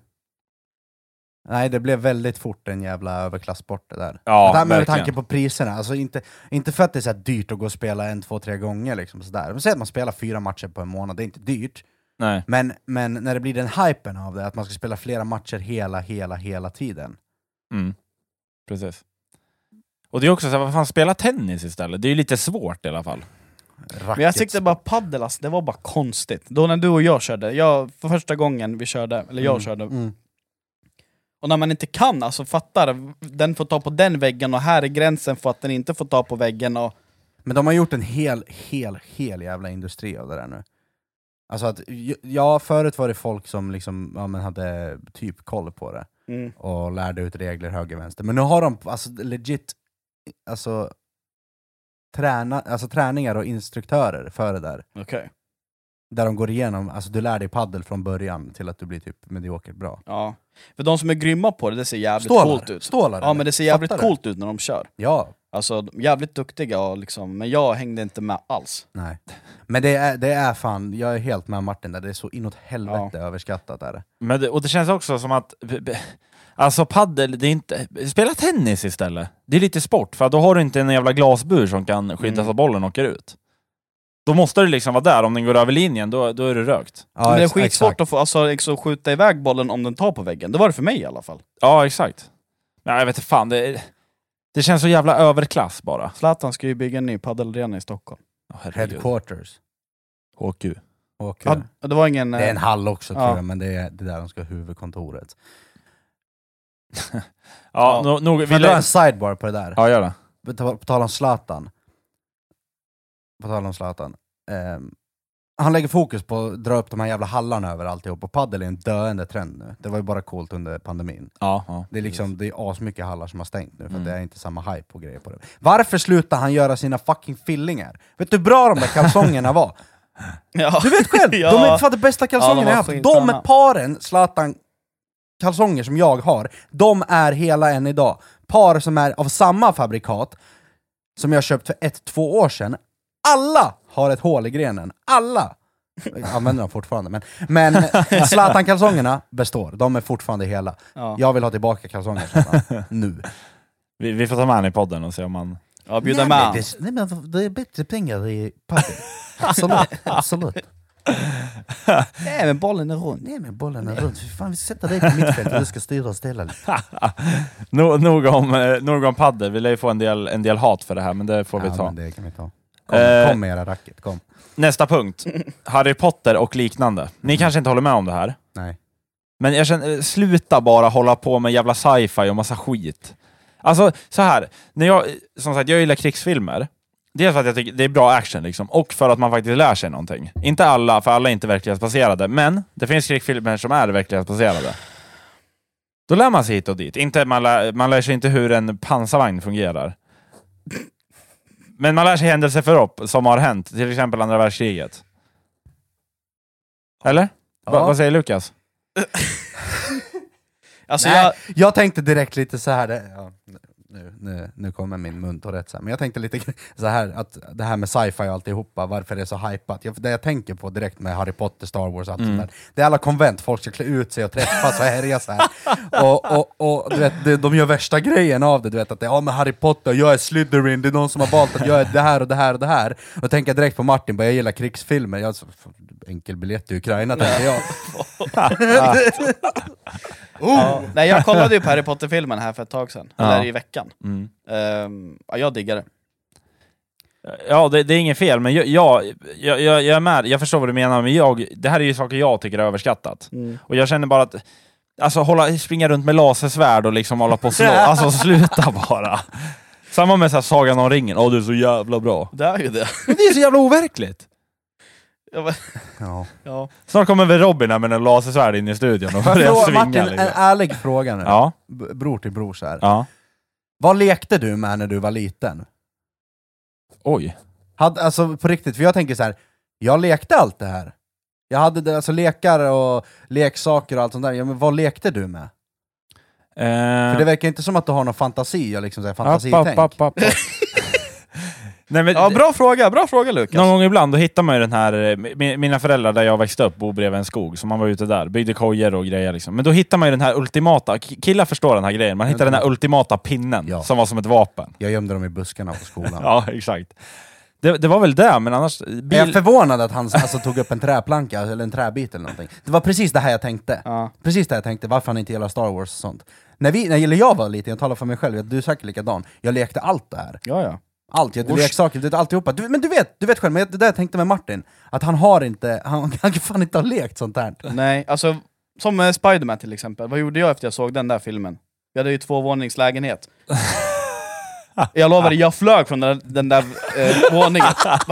Nej, det blev väldigt fort en jävla överklasssport det där. Ja, det där med verkligen. tanke på priserna, alltså inte, inte för att det är så här dyrt att gå och spela en, två, tre gånger liksom sådär. Men säg att man spelar fyra matcher på en månad, det är inte dyrt. Nej. Men, men när det blir den hypen av det, att man ska spela flera matcher hela, hela, hela tiden. Mm. Precis. Och det är också så här, vad fan, spela tennis istället? Det är ju lite svårt i alla fall. Men jag tyckte bara paddel, alltså, det var bara konstigt. Då när du och jag körde, jag, för första gången vi körde, eller jag Mm, körde, mm. och när man inte kan, alltså fattar, den får ta på den väggen och här är gränsen för att den inte får ta på väggen och... Men de har gjort en hel, hel, hel jävla industri av det där nu. Alltså att, ja, förut var det folk som liksom, ja, men hade typ koll på det. Mm. Och lärde ut regler höger vänster. Men nu har de alltså legit alltså, träna, alltså träningar och instruktörer för det där. Okej. Där de går igenom, alltså du lär dig paddel från början till att du blir typ mediokert bra. Ja. För de som är grymma på det, det ser jävligt Stålar. coolt ut. Stålar, Ja, eller? men det ser jävligt Fattar du? coolt ut när de kör. Ja, Alltså, de är jävligt duktiga och liksom, men jag hängde inte med alls. nej. Men det är, det är fan, jag är helt med Martin där, det är så inåt helvete överskattat är det. Men det, och det känns också som att b- b- alltså paddel, det är inte... Spela tennis istället. Det är lite sport, för då har du inte en jävla glasbur som kan skydda Mm. så bollen åker ut. Då måste du liksom vara där, om den går över linjen, då, då är det rökt. Ja, men det är ex- skitsvårt exakt. att få, alltså, liksom, skjuta iväg bollen om den tar på väggen. Det var det för mig i alla fall. Ja, exakt. Men jag vet inte fan, det, det känns så jävla överklass bara. Zlatan ska ju bygga en ny paddelarena i Stockholm. Oh, herregud. Headquarters. H Q. Och, Ja, det var ingen... det är en hall också Ja. tror jag, men det är, det är där de ska ha huvudkontoret. Ja, Ja. no, nog... Får jag dra en sidebar på det där? Ja, gör det. På, ta- på tal om Zlatan. På tal om Zlatan. Ehm, han lägger fokus på att dra upp de här jävla hallarna över alltihop, och paddel är en döende trend nu. Det var ju bara coolt under pandemin. Ja, ja. Det är liksom, det är asmycket hallar som har stängt nu, för Mm. att det är inte samma hype på grejer på det. Varför slutar han göra sina fucking fillingar? Vet du hur bra de där kalsongerna var? Ja. Du vet själv, Ja. de är fan de bästa kalsongerna Ja, de jag var haft. skitsköna. De paren Zlatan kalsonger som jag har, de är hela än idag. Par som är av samma fabrikat som jag köpt för ett, två år sedan. Alla har ett hål i grenen. Alla! Jag använder dem fortfarande, men, men Zlatan kalsongerna består. De är fortfarande hela. Ja. Jag vill ha tillbaka kalsonger Zlatan. Nu. Vi, vi får ta med han i podden och se om man... Ja, bjuda Nej, med men han. det, nej, men det är bättre pengar i padel. Absolut, absolut. Nej, men bollen är rund. Nej men bollen är runt. Fy fan, vi sätter dig på mittfält och du ska styra och ställa lite. no, nog, om, eh, nog om paddel. Vi lär ju få en del, en del hat för det här, men det får vi Ja, ta. men det kan vi ta. Kom, Eh. kom med era racket, kom. Nästa punkt. Harry Potter och liknande. Ni kanske inte håller med om det här. Nej. Men jag känner, eh, sluta bara hålla på med jävla sci-fi och massa skit. Alltså, så här. När jag, som sagt, jag gillar krigsfilmer. Dels för att jag tycker det är bra action liksom, och för att man faktiskt lär sig någonting. Inte alla, för alla är inte verklighetsbaserade, men det finns krigsfilmer som är verklighetsbaserade. Då lär man sig hit och dit. Inte, man, lär, man lär sig inte hur en pansarvagn fungerar. Men man lär sig händelser som har hänt, till exempel andra världskriget. Eller? Ja. Va, vad säger Lukas? Alltså Nej, jag... jag tänkte direkt lite så här. Det, ja, nu, nu, nu kommer min mun och rätt så här. Men jag tänkte lite så här att det här med sci-fi och alltihopa, varför det är så hypat. Jag, det jag tänker på direkt med Harry Potter, Star Wars och allt Mm. sånt där. Det är alla konvent, folk ska klä ut sig och träffas och härja så här. Och, och, och du vet, de, de gör värsta grejen av det, du vet att det är ja, med Harry Potter, jag är Slytherin, det är någon som har valt att jag är det här och det här och det här. Och då tänker jag direkt på Martin, bara jag gillar krigsfilmer. Jag, enkel biljett till Ukraina tänkte jag. Ja. Nej, jag kollade ju på Harry Potter-filmen här för ett tag sedan, Ja. eller i veckan. Mm. Ehm, ja, jag diggar det. Ja, det, det är inget fel, men jag, jag, jag, jag är med. Jag förstår vad du menar, men jag, det här är ju saker jag tycker är överskattat. Mm. Och jag känner bara att alltså, hålla, springa runt med lasersvärd och liksom hålla på och slå. Alltså sluta bara. Samma med så här, Sagan om ringen. Åh, det är så jävla bra. Det är ju det. Men det är så jävla overkligt. Jag bara, Ja. ja. Snart kommer väl Robin här med en lasersvärd in i studion och Får börjar jag fråga, svinga. Martin, Liksom. en ärlig fråga nu. Ja, B- bror till bror så här. ja. Vad lekte du med när du var liten? Oj. Hade, alltså på riktigt, för jag tänker så här. Jag lekte allt det här. Jag hade det, alltså lekar och leksaker och allt sånt där. Ja, men vad lekte du med? Eh, För det verkar inte som att du har någon fantasi, och liksom så här, app, fantasitänk. app, app, app. Nej, men Ja, bra fråga, bra fråga Lukas. någon gång ibland då hittar man ju den här, mi- mina föräldrar där jag växte upp bor bredvid en skog, så man var ute där, byggde kojer och grejer liksom. Men då hittar man ju den här ultimata, k- killar förstår den här grejen, man hittar den här ultimata pinnen Ja. som var som ett vapen. Jag gömde dem i buskarna på skolan. Ja, exakt. Det, det var väl det, men annars... Bil... Jag är förvånad att han alltså, tog upp en träplanka eller en träbit eller någonting. Det var precis det här jag tänkte. Ja. Precis det jag tänkte, varför han inte gillar Star Wars och sånt. När, vi, när jag var liten, jag talar för mig själv, du är säkert likadan. Jag lekte allt det här. Ja, ja. Allt, jag, Usch. leksaker, det, alltihopa. Du, men du vet, du vet själv, men det där jag tänkte med Martin, att han har inte, han, han kan fan inte ha lekt sånt här. Nej, alltså som med Spider-Man till exempel. Vad gjorde jag efter jag såg den där filmen? Vi hade ju tvåvåningslägenhet. Jag lovade, jag flög från den, den där eh, våningen.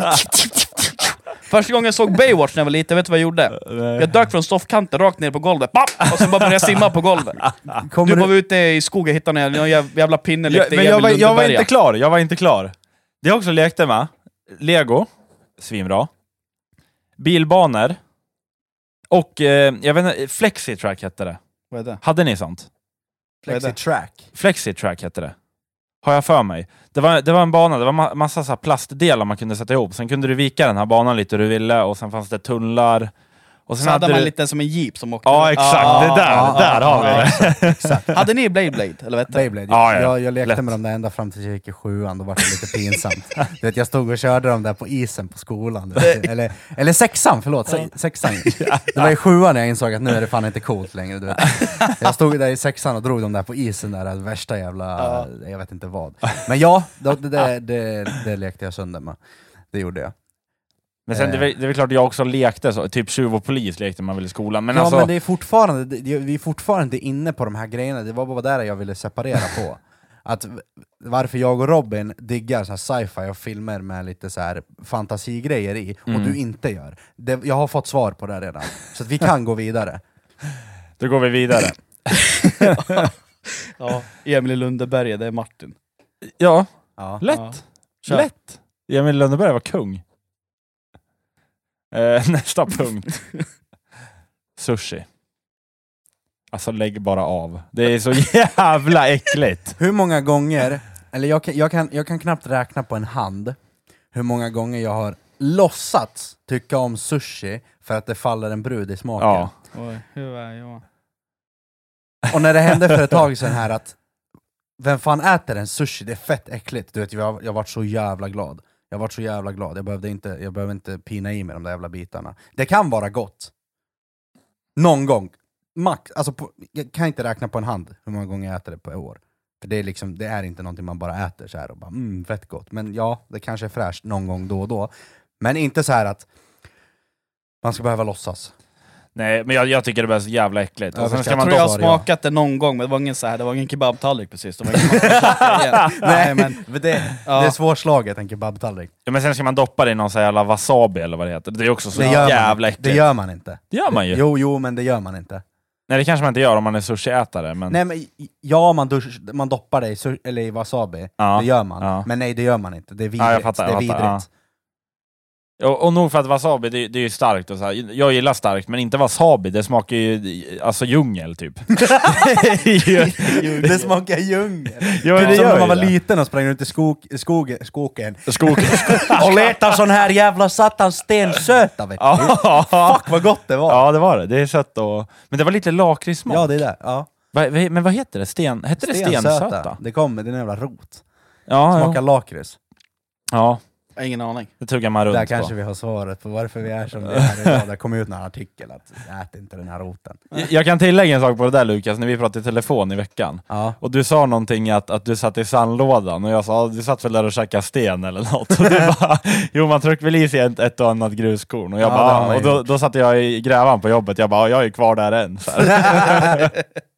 Första gången jag såg Baywatch när jag var liten, vet du vad jag gjorde? Jag dök från soffkanten rakt ner på golvet, Bam! Och sen bara började jag simma på golvet. Kommer Du du, var ute i skogen och hittade någon jävla, jävla pinne, Ja, lekte men jag var, Emil jag var Lundberga. inte klar, jag var inte klar. Det jag också lekte med, Lego, svinbra, bilbanor, och eh, jag vet inte, Flexitrack hette det. Vad är det? Hade ni sånt? Vad är det? Flexi-track. Flexitrack hette det. Har jag för mig. Det var, det var en bana, det var ma- massa så här plastdelar man kunde sätta ihop. Sen kunde du vika den här banan lite hur du ville, och sen fanns det tunnlar. Och sen Så hade man du... lite som en jeep som åkte. Ja, exakt. Ah, det där, ah, där ah, har vi ah, det. Exakt, exakt. Hade ni Blade Blade? Eller vet du? Beyblade. Ja, ja. Jag, jag lekte Lätt. med dem där ända fram tills jag gick i sjuan, då var det lite pinsamt. Du vet, jag stod och körde dem där på isen på skolan. Du vet. Eller, eller sexan, förlåt. Se, sexan. Det var i sjuan jag insåg att nu är det fan inte coolt längre. Du vet. Jag stod där i sexan och drog dem där på isen, där, det värsta jävla... Jag vet inte vad. Men ja, det, det, det, det lekte jag sönder med. Det gjorde jag. Men sen, det, är, väl- det är väl klart jag också lekte så. Typ tjuv och polis lekte man väl i skolan. Men ja, alltså... men det är fortfarande, det, vi är fortfarande inne på de här grejerna. Det var bara där jag ville separera på. Att v- varför jag och Robin diggar så här sci-fi och filmer med lite så här fantasigrejer i, och Mm. du inte gör. Det, jag har fått svar på det redan. Så att vi kan gå vidare. Då går vi vidare. Ja, Emil Lundberga, det är Martin. Ja, Ja. lätt. Ja. Kör. Lätt. Emil Lönneberg var kung. Eh, nästa punkt. Sushi. Alltså lägg bara av. Det är så jävla äckligt. Hur många gånger, eller jag kan, jag, kan, jag kan knappt räkna på en hand hur många gånger jag har låtsats tycka om sushi för att det faller en brud i smaken. Ja. Oj, hur är jag? Och när det hände för ett tag sedan här att vem fan äter en sushi? Det är fett äckligt. Du vet, jag, jag varit så jävla glad. Jag varit så jävla glad. Jag behövde inte, jag behövde inte pina i mig de där jävla bitarna. Det kan vara gott. Någon gång. Max, alltså på, jag kan inte räkna på en hand hur många gånger jag äter det på år. För det är liksom, det är inte någonting man bara äter så här och bara mm, fett gott. Men ja, det kanske är fräscht någon gång då och då. Men inte så här att man ska behöva låtsas. Nej, men jag, jag tycker det är så jävla äckligt. Ja, Och sen jag ska Jag man tror jag har var det, smakat det någon gång, men det var ingen så här, det var ingen kebabtallrik precis. Det var ingen igen. Nej, men det, Ja. det är svårslaget, en kebabtallrik. Ja, men sen ska man doppa det i någon så här jävla wasabi eller vad det heter. Det är också så Det gör, jävla man, äckligt. det gör man inte. Det gör man ju. Jo, jo, men det gör man inte. Nej, det kanske man inte gör om man är sushiätare. Men... Nej, men ja, man, dusch, man doppar det i, sur, eller i wasabi. Ja, Det gör man. ja. Men nej, det gör man inte. Det är vidrigt. Ja, jag fattar, det är jag vidrigt. fattar, ja. Och, och nog för att wasabi, det, det är ju starkt och så här. Jag gillar starkt, men inte wasabi. Det smakar ju alltså djungel typ. Det smakar djungel. Jo, Det det är som gör när ju man var det. liten och sprang ut i skog, skog, skogen Skog. och letade sån här jävla satans stensöta, vet du. Ja. Fuck vad gott det var. Ja, det var det. Det är sött och... Men det var lite lakritssmak. Ja, det är det. Ja. Va, va, men vad heter det? Sten... Hette det stensöta? Det kommer, det är en jävla rot. Ja, Smakar ja. lakrits. Ja, Jag har ingen aning. det tuggar man runt Där på. kanske vi har svaret på varför vi är som vi är idag. Det kom ut en artikel att ät inte den här roten. Jag- Jag kan tillägga en sak på det där, Lukas, när vi pratade i telefon i veckan. Ja. Och du sa någonting att, att du satt i sandlådan och jag sa du satt väl där och käkade sten eller något. Och du bara, jo man trycker väl i sig ett, ett och annat gruskorn. Och, jag Ja, det har bara, man och då, gjort. då satt jag i grävan på jobbet, jag bara, jag är kvar där än. Så här.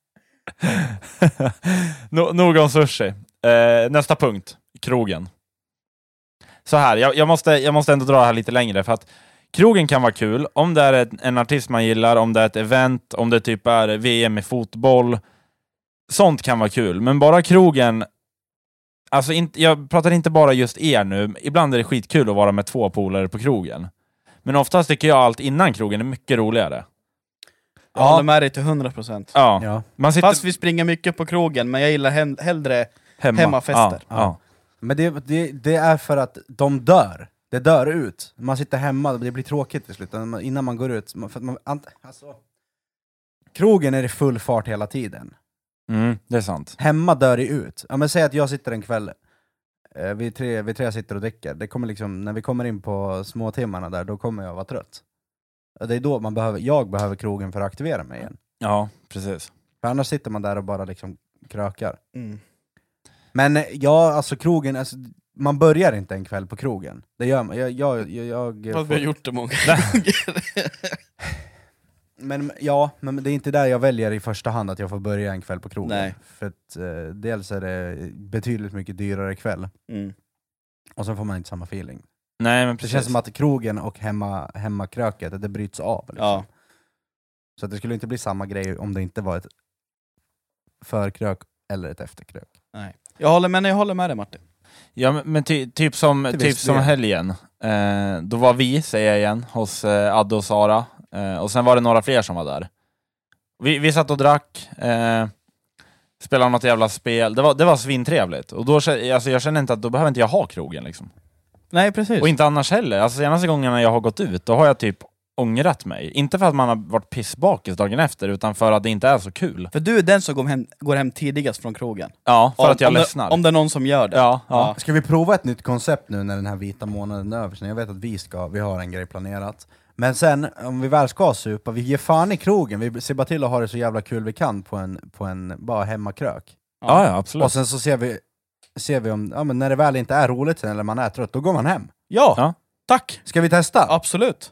no, nog om sushi. Eh, nästa punkt, krogen. Så här, jag, jag, måste, jag måste ändå dra det här lite längre för att krogen kan vara kul om det är ett, en artist man gillar, om det är ett event, om det typ är V M i fotboll. Sånt kan vara kul, men bara krogen, alltså inte, jag pratar inte bara just er nu, ibland är det skitkul att vara med två polare på krogen. Men oftast tycker jag allt innan krogen är mycket roligare. Jag håller med dig till hundra procent. Ja, Ja. man sitter Fast vi springer mycket på krogen, men jag gillar he- hellre hemma. hemmafester. Ja, ja. Men det, det, det är för att de dör. Det dör ut. Man sitter hemma, det blir tråkigt till slut. Innan man går ut. För att man, alltså, krogen är i full fart hela tiden. Mm, det är sant. Hemma dör det ut. Ja, men säg att jag sitter en kväll, eh, vi, tre, vi tre sitter och dricker. Det kommer liksom, när vi kommer in på små timmarna där, då kommer jag vara trött. Det är då man behöver, jag behöver krogen för att aktivera mig igen. Ja, precis. För annars sitter man där och bara liksom krökar. Mm. Men eh, ja, alltså krogen, alltså, man börjar inte en kväll på krogen. Det gör man. Jag, jag, jag, jag, Jag tror att vi har gjort det många Men ja, men det är inte där jag väljer i första hand att jag får börja en kväll på krogen. Nej. För att eh, dels är det betydligt mycket dyrare kväll. mm. Och sen får man inte samma feeling. Nej, men Det precis. känns som att krogen och hemma, hemmakröket, det bryts av. Liksom. Ja. Så att det skulle inte bli samma grej om det inte var ett förkrök eller ett efterkrök. Nej. Jag håller med, jag håller med dig, Martin. Ja, men, men ty, typ som, Till typ viss som del. helgen. Eh, då var vi, säger jag igen, hos eh, Adde och Sara. Eh, och sen var det några fler som var där. Vi, vi satt och drack, eh, spelade något jävla spel. Det var, det var svintrevligt. Och då, kä- alltså, jag känner inte att då behöver inte jag ha krogen liksom. Nej, precis. Och inte annars heller. Alltså senaste gångerna jag har gått ut, då har jag typ ångrat mig. Inte för att man har varit pissbakis dagen efter, utan för att det inte är så kul. För du är den som går hem, går hem tidigast från krogen. Ja, för om, att jag om det, ledsnar. om det är någon som gör det. Ja, ja. Ska vi prova ett nytt koncept nu när den här vita månaden är över? Så jag vet att vi ska, vi har en grej planerat. Men sen, om vi väl ska supa, vi ger fan i krogen. Vi ser bara till att ha det så jävla kul vi kan på en, på en bara hemmakrök. Ja, ja, absolut. Och sen så ser vi, ser vi om, ja, men när det väl inte är roligt sen, eller man är trött, då går man hem. Ja, Ja. tack! Ska vi testa? Absolut.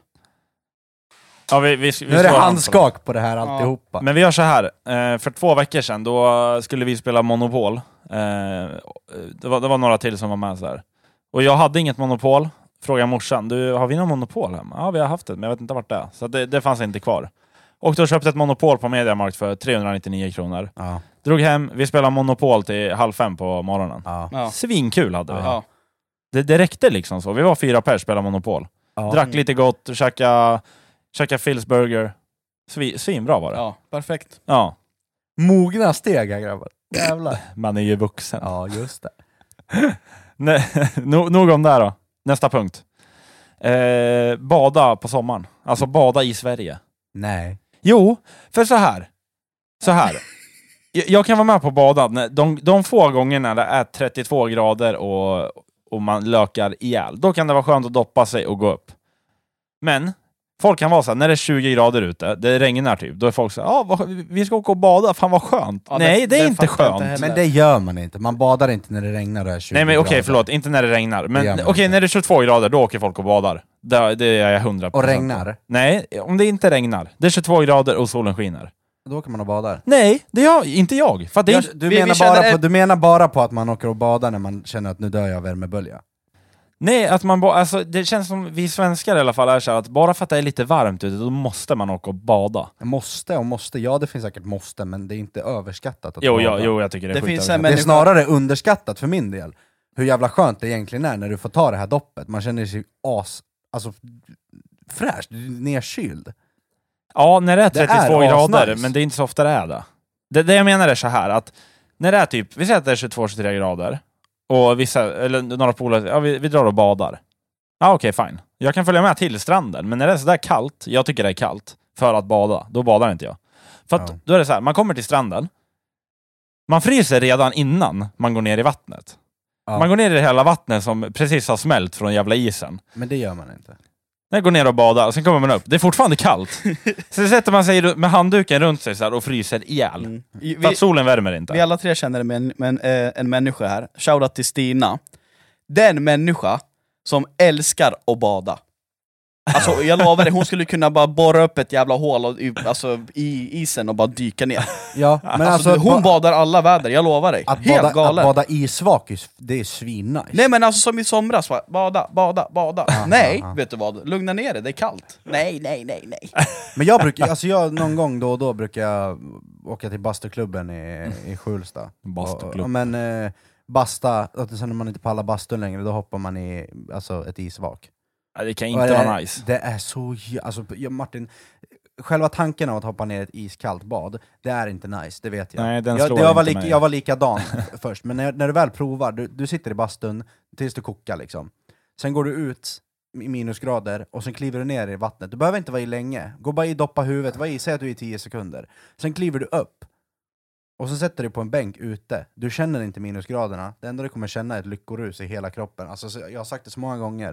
Ja, vi, vi, vi Nu är det slår hand på handskak på det här alltihopa. Men vi gör så här. Eh, för två veckor sedan, då skulle vi spela Monopol. Eh, det, var, det var några till som var med så här. Och jag hade inget Monopol. Frågade morsan, du, har vi någon Monopol hemma? Ja, vi har haft det, men jag vet inte vart det är. Så det, det fanns inte kvar. Och då köpte ett Monopol på Mediamarkt för trehundranittionio kronor. Ja, Drog hem, vi spelade Monopol till halv fem på morgonen. ja. Ja. Svinkul hade vi. Ja. Det, det räckte liksom så. Vi var fyra pers, spelade Monopol. Ja. Drack lite gott, käka, käka Phil's Burger. Svi, svinbra var det. Ja, perfekt. Ja, Mogna steg här, grabbar. Jävlar. man är ju vuxen. Ja, just det. Nej, no, nog om det här då. Nästa punkt. Eh, bada på sommaren. Alltså bada i Sverige. Nej. Jo, för så här. Så här. Jag, jag kan vara med på bada. när- De, de få gångerna det är trettiotvå grader och, och man lökar ihjäl. Då kan det vara skönt att doppa sig och gå upp. Men folk kan vara så här, när det är tjugo grader ute, det regnar typ, då är folk så här, ah, vad, vi ska åka och bada, fan vad skönt. Ja, Nej, det- det är det inte fattar jag inte skönt. heller. Men det gör man inte. Man badar inte när det regnar och är tjugo Nej men okej, grader. förlåt, inte när det regnar. Det Men gör okej, man inte. när det är tjugotvå grader, då åker folk och badar. Det, det är jag hundra Och procent. regnar. Nej, om det inte regnar. Det är tjugotvå grader och solen skiner. Då åker man och badar. Nej, det gör inte jag. För att det är Jag, inte... du, vi- vi menar känner bara ett- på, du menar bara på att man åker och badar när man känner att nu dör jag av värmebölja? Nej, att man bara, alltså, det känns som vi svenskar i alla fall är så här att bara för att det är lite varmt ute, då måste man åka och bada. Måste och måste, ja det finns säkert måste, men det är inte överskattat att Jo, bada. ja, jo jag tycker det är Det sjukt finns överskattat. en Det är människa- snarare underskattat för min del. Hur jävla skönt det egentligen är när du får ta det här doppet. Man känner sig as... alltså, fräscht, du är nedkyld. Ja, när det är Det är trettiotvå grader, asnice. men det är inte så ofta det är det. det. Det jag menar är så här att när det är typ, vi säger att det är tjugotvå till tjugotre grader och vissa, eller några polare, ja vi, vi drar och badar. Ja okej, okay, fine. Jag kan följa med till stranden, men när det är så där kallt, jag tycker det är kallt för att bada, då badar inte jag. För att Ja. då är det så här, man kommer till stranden, man fryser redan innan man går ner i vattnet. Ja. Man går ner i hela vattnet som precis har smält från jävla isen. Men det gör man inte. När går ner och badar och sen kommer man upp. Det är fortfarande kallt. Så sätter man sig med handduken runt sig så här och fryser ihjäl. Mm. Vi, För att solen värmer inte. vi alla tre känner en, en, en människa här. Shoutout till Stina. Den människa som älskar att bada. Alltså jag lovar dig, hon skulle kunna bara borra upp ett jävla hål och, alltså, i isen och bara dyka ner. Ja, men Alltså, alltså, hon ba- badar alla väder, jag lovar dig. att, Helt bada, att galen. bada isvak, det är svinnice. Nej men alltså som i somras, va? bada, bada, bada. nej, aha. vet du vad? Lugna ner dig, det är kallt. Nej, nej, nej, nej. Men jag brukar, alltså jag någon gång då och då brukar jag åka till bastuklubben i, i Skjulsta. Bastuklubb. Och- och- Men eh, basta, och sen när man inte pallar bastun längre, då hoppar man i alltså, ett isvak. Ja, det kan Och inte det, vara nice. Det är så, jä- alltså ja, Martin, själva tanken av att hoppa ner i ett iskallt bad, det är inte nice, det vet jag. Nej, den jag, slår jag, var inte lik, mig. jag var likadan f- först, men när, när du väl provar, du, du sitter i bastun tills du kokar liksom. Sen går du ut i minusgrader och sen kliver du ner i vattnet. Du behöver inte vara i länge. Gå bara i, doppa huvudet, var i, säg att du är i tio sekunder. Sen kliver du upp. Och så sätter du på en bänk ute. Du känner inte minusgraderna. Det enda du kommer känna är ett lyckorus i hela kroppen. Alltså, så- jag har sagt det så många gånger.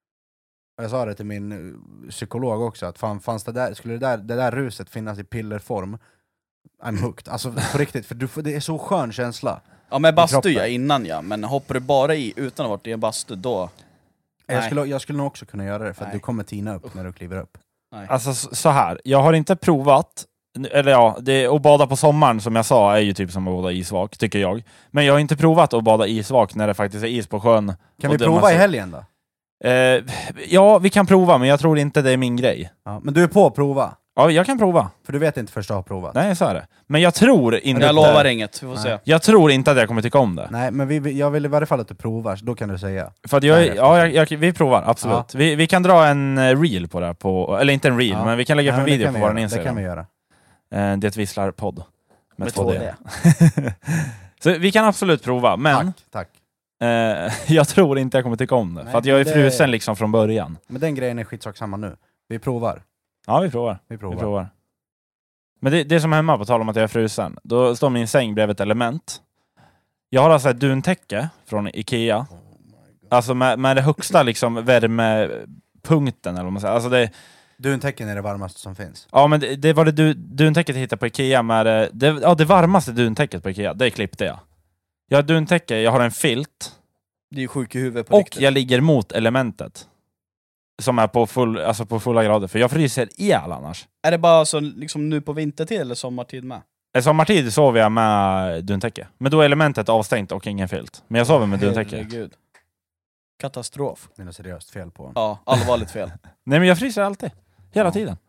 Och jag sa det till min eh, psykolog också, att fan, fanns det där, skulle det där, det där ruset finnas i pillerform, I'm hooked. Alltså på riktigt, för du, får- det är så skön känsla. Ja men bastu kroppen. ja, innan ja, men hoppar du bara i utan att ha varit i en bastu, då... Jag Nej. skulle, jag skulle nog också kunna göra det, för att Nej. du kommer tina upp när du kliver upp. Nej. Alltså s- så här, jag har inte provat, eller ja, det, att bada på sommaren som jag sa är ju typ som att bada isvak, tycker jag. Men jag har inte provat att bada isvak när det faktiskt är is på sjön. Kan Och vi det prova man i ser- helgen då? Eh, ja, vi kan prova, men jag tror inte det är min grej. Ja, men du är på att prova, Ja, jag kan prova. för du vet inte först du har provat. Nej, så är det. Men jag tror inte... Jag lovar inget, vi får Nej. se. Jag tror inte att jag kommer tycka om det. Nej, men vi, jag vill i varje fall att du provar, så då kan du säga. För att jag, Nej, ja, jag, jag, vi provar, absolut. Ja. Vi, vi kan dra en eh, reel på det, på, eller inte en reel, Ja. men vi kan lägga upp Ja, en men det video kan på vi vår göra. Instagram. Det kan vi göra. Eh, det visslar podd. Med, Med två två D. D. Så vi kan absolut prova, men Tack, tack. eh, jag tror inte jag kommer tycka om det. Nej, för att jag är det- frusen liksom från början. Men den grejen är skitsak samma nu. Vi provar. Ja, vi provar. Vi provar. Vi provar. Men det, det är som hemma, på tal om att jag är frusen. Då står min säng bredvid ett element. Jag har alltså ett duntäcke från Ikea. Alltså med, med det högsta liksom värmepunkten, eller vad man säger. Alltså det, Duntäcken är det varmaste som finns. ja, men det, det var det du, duntäcket jag hittade på Ikea med det, det, ja, det varmaste duntäcket på Ikea. Det klippte jag. Jag har duntäcke, jag har en filt. Det är ju sjuk i huvudet på Och riktigt. jag ligger mot elementet. Som är på, full, alltså på fulla grader. För jag fryser ihjäl annars. Är det bara så liksom nu på vintertid eller sommartid med? I sommartid sover jag med duntäcke. Men då är elementet avstängt och ingen filt. Men jag sover med duntäcke. Herregud. Katastrof. Det är något seriöst fel på. Ja, allvarligt fel. Nej, men jag fryser alltid. Hela Ja. tiden.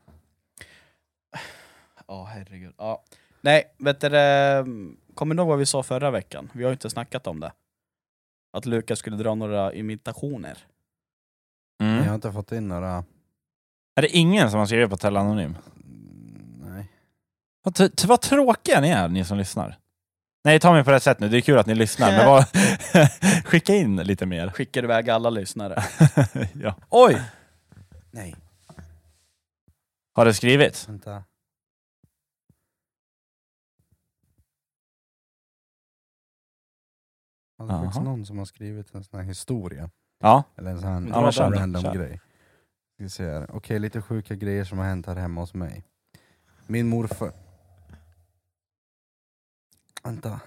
Ja, herregud. Ja. Nej, vet du det, kommer du ihåg vad vi sa förra veckan? Vi har ju inte snackat om det. Att Lukas skulle dra några imitationer. Mm. Jag har inte fått in några... Är det ingen som har skrivit på Tell Anonym? Mm, nej. Vad, t- t- vad tråkiga ni är, ni som lyssnar. Nej, ta mig på rätt sätt nu. Det är kul att ni lyssnar. Men vad... skicka in lite mer. Skickar iväg alla lyssnare. Ja. Oj! Nej, Har det skrivits? vänta. Ja, det är faktiskt Jaha. någon som har skrivit en sån här historia. Ja. Eller en sån här Ja, men kör då, random kör. grej. Ska vi se här. Okej, lite sjuka grejer som har hänt här hemma hos mig. Min morfar... Vänta.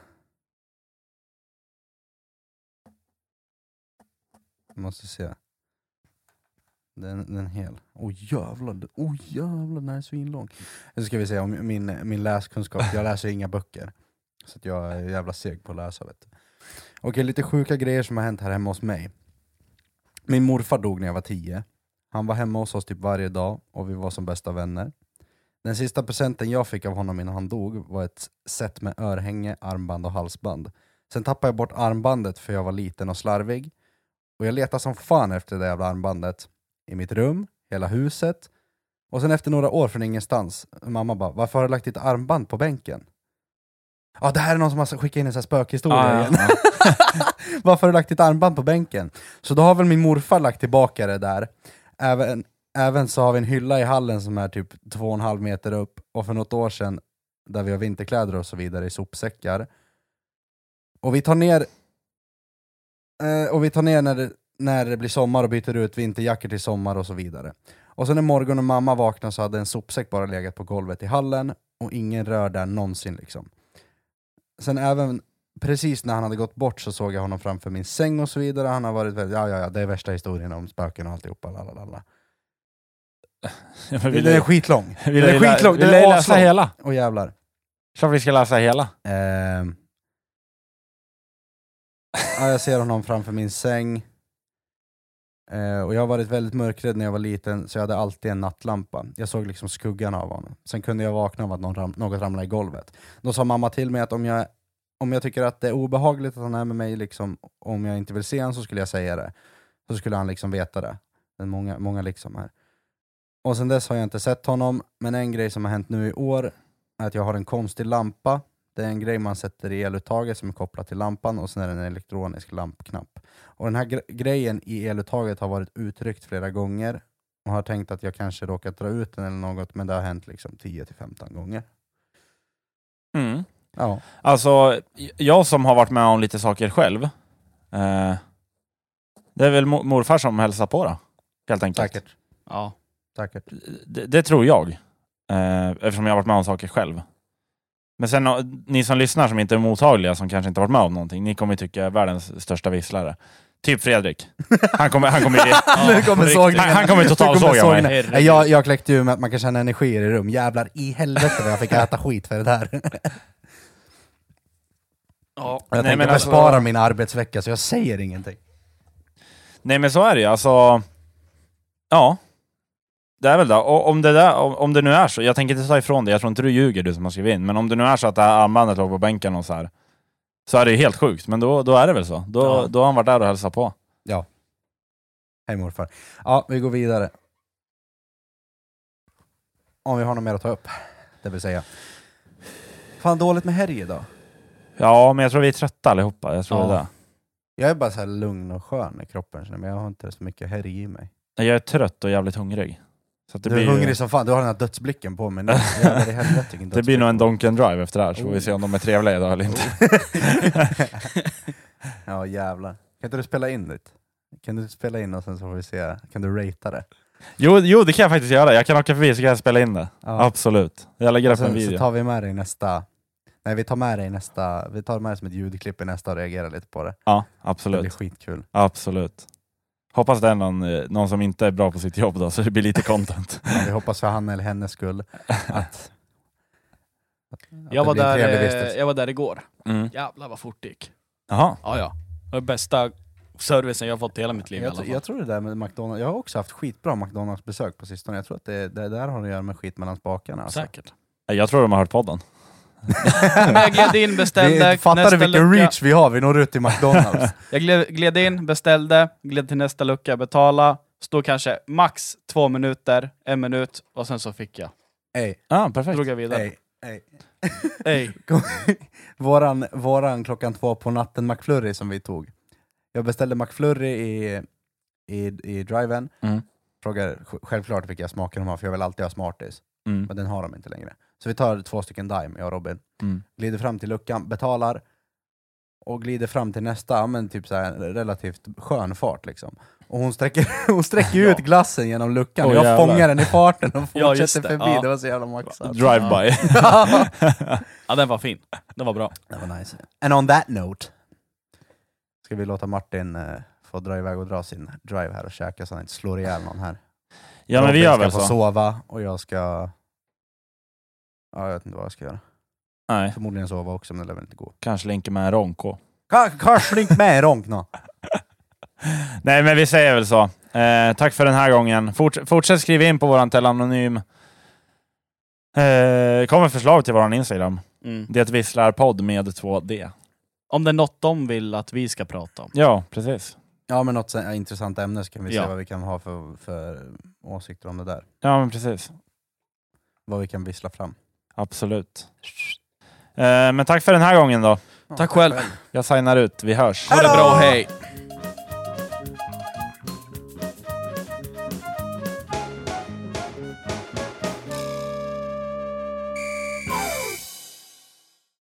Jag måste se. Den, den hel. Åh oh, jävlar, oh, jävlar, den här är svinlång. Nu ska vi se om min, min läskunskap. Jag läser inga böcker. Så att jag är jävla seg på att läsa. Vet du. Okej, lite sjuka grejer som har hänt här hemma hos mig. Min morfar dog när jag var tio. Han var hemma hos oss typ varje dag och vi var som bästa vänner. Den sista presenten jag fick av honom innan han dog var ett set med örhänge, armband och halsband. Sen tappade jag bort armbandet för jag var liten och slarvig. Och jag letade som fan efter det jävla armbandet. i mitt rum, hela huset. Och sen efter några år från ingenstans, mamma bara, varför har du lagt ditt armband på bänken? Ja, ah, det här är någon som har skickat in en sån här spökhistoria Ah, igen. ja, ja. Varför har du lagt ditt armband på bänken? Så då har väl min morfar lagt tillbaka det där. Även, även så har vi en hylla i hallen som är typ två och en halv meter upp. Och för något år sedan, där vi har vinterkläder och så vidare i sopsäckar. Och vi tar ner eh, och vi tar ner när det, när det blir sommar och byter ut vinterjackor till sommar och så vidare. Och sen när morgon och mamma vaknade så hade en sopsäck bara legat på golvet i hallen. Och ingen rör där någonsin liksom. Sen även precis när han hade gått bort så såg jag honom framför min säng och så vidare. Han har varit väldigt, ja ja ja, det är värsta historien om spöken och alltihopa. Lalalala. Vill Den är skitlång. Vill Den är du skitlång. vill Den du är läsa aslång. hela? Åh jävlar. Klart vi ska läsa hela. Ehm. Ja, jag ser honom framför min säng. Eh, och jag har varit väldigt mörkrädd när jag var liten, så jag hade alltid en nattlampa. Jag såg liksom skuggan av honom. Sen kunde jag vakna av att någon ram- något ramlade i golvet. Då sa mamma till mig att om jag, om jag tycker att det är obehagligt att han är med mig, liksom, om jag inte vill se honom, så skulle jag säga det. Så skulle han liksom veta det. Men många, många liksom här. Och sen dess har jag inte sett honom. Men en grej som har hänt nu i år är att jag har en konstig lampa. Det är en grej man sätter i eluttaget som är kopplat till lampan, och sen är det en elektronisk lampknapp. Och den här gre- grejen i eluttaget har varit utryckt flera gånger. Och har tänkt att jag kanske råkat dra ut den eller något, men det har hänt liksom tio till femton gånger. Mm. Ja. Alltså, jag som har varit med om lite saker själv. Eh, det är väl mo- morfar som hälsar på då. Helt enkelt. Säkert. Ja. Säkert. Det, det tror jag. Eh, eftersom jag har varit med om saker själv. Men sen, ni som lyssnar som inte är mottagliga, som kanske inte har varit med om någonting, ni kommer tycka jag är världens största visslare. Typ Fredrik. Han kommer, han kommer, Nu kommer sågningen. han, han kommer totalt Nu kommer såga mig. sågningen. Nej, Jag, jag kläckte ju med att man kan känna energier i rum. Jävlar i helvete vad jag fick äta skit för det där. Ja. Jag Nej, tänkte men alltså- bespara min arbetsvecka, så jag säger ingenting. Nej, men så är det ju. Alltså, ja. Det är väl det. Och om det, där, om, om det nu är så, jag tänker inte ta ifrån det, jag tror inte du ljuger, du som har skrivit in, men om det nu är så att det här armbandet låg på bänken och så här, så är det ju helt sjukt, men då, då är det väl så. Då, Ja. då har han varit där och hälsat på. Ja. Hej morfar. Ja, vi går vidare. Om vi har något mer att ta upp. Det vill säga. Fan, dåligt med helg idag. Ja, men jag tror vi är trötta allihopa. Jag tror Ja. det är det. Jag är bara så här lugn och skön i kroppen, men jag har inte så mycket helg i mig. Jag är trött och jävligt hungrig. Så att det Du är blir, hungrig som fan, du har den här dödsblicken på mig nu. Jävlar i helvete, vilken det blir nog en dödsblick. Donken Drive efter det här, så får vi se om de är trevliga idag eller inte. Ja, jävlar. Kan inte du spela in det? Kan du spela in och sen så får vi se, kan du ratea det? Jo, jo, det kan jag faktiskt göra. Jag kan åka förbi så kan jag spela in det. Ja. Absolut. Jag lägger Och upp en sen så video. tar vi med dig nästa. Nej, vi tar med dig nästa. Vi tar med det som ett ljudklipp i nästa och reagerar lite på det. Ja, Det absolut. blir skitkul. Absolut. Hoppas det är någon, eh, någon som inte är bra på sitt jobb då, så det blir lite content. Ja, vi hoppas för han eller hennes skull att, att Jag det var, blir en trevlig där, eh, vistelse. jag var där igår. Mm. Jävlar vad fort det gick. Jaha. Ja, ja. Det var bästa servicen jag har fått i hela mitt liv i Jag, alla tr- fall. jag tror det där med McDonalds, jag har också haft skitbra McDonalds-besök på sistone. Jag tror att det, det där har att göra med skit mellan spakarna. Alltså. Säkert. Jag tror de har hört podden. Jag gled in, beställde, Vi, fattar du nästa vilken lucka. reach vi har? Vi når ut till McDonalds. Jag gled, gled in, beställde, gled till nästa lucka, betala. Stod kanske max två minuter, en minut, och sen så fick jag. Ey, Ja, ah, perfekt. Drog jag vidare. ey, ey. Ey. våran, våran klockan två på natten McFlurry som vi tog. Jag beställde McFlurry i, i, i driven. Mm. Frågar, självklart fick jag smaka dem här, för jag vill alltid ha Smarties. Mm. Men den har de inte längre. Så vi tar två stycken Dime, jag och Robin. Mm. Glider fram till luckan, betalar. Och glider fram till nästa, men typ så här relativt skön fart liksom. Och hon sträcker, hon sträcker ut glassen genom luckan. Åh, och jag jävlar. fångar den i farten och Ja, fortsätter just det. förbi. Ja. Det var så jävla maxat. Drive-by. Ja, den var fin. Den var bra. Det var nice. And on that note ska vi låta Martin uh, få dra iväg och dra sin drive här och käka så han inte slår ihjäl någon här. Ja, men vi gör väl ska få så. sova och jag ska... Ja, jag vet inte vad jag ska göra. Nej, Förmodligen sova också, men det lär väl inte gå. kanske linka med Ronko. Kanske link med Ronk nå. Nej, men vi säger väl så. Eh, tack för den här gången. Forts- fortsätt skriva in på våran telanonym. Eh, kommer förslag till våran Instagram. Mm. Det visslar podd med två D. Om det är något de vill att vi ska prata om. Ja, precis. Ja, men något så, äh, intressant ämne så kan vi Ja. se vad vi kan ha för, för åsikter om det där. Ja, men precis. Vad vi kan vissla fram. Absolut. Eh, men tack för den här gången då. Ja, Tack själv. Jag signar ut. Vi hörs. Ha det bra, hej!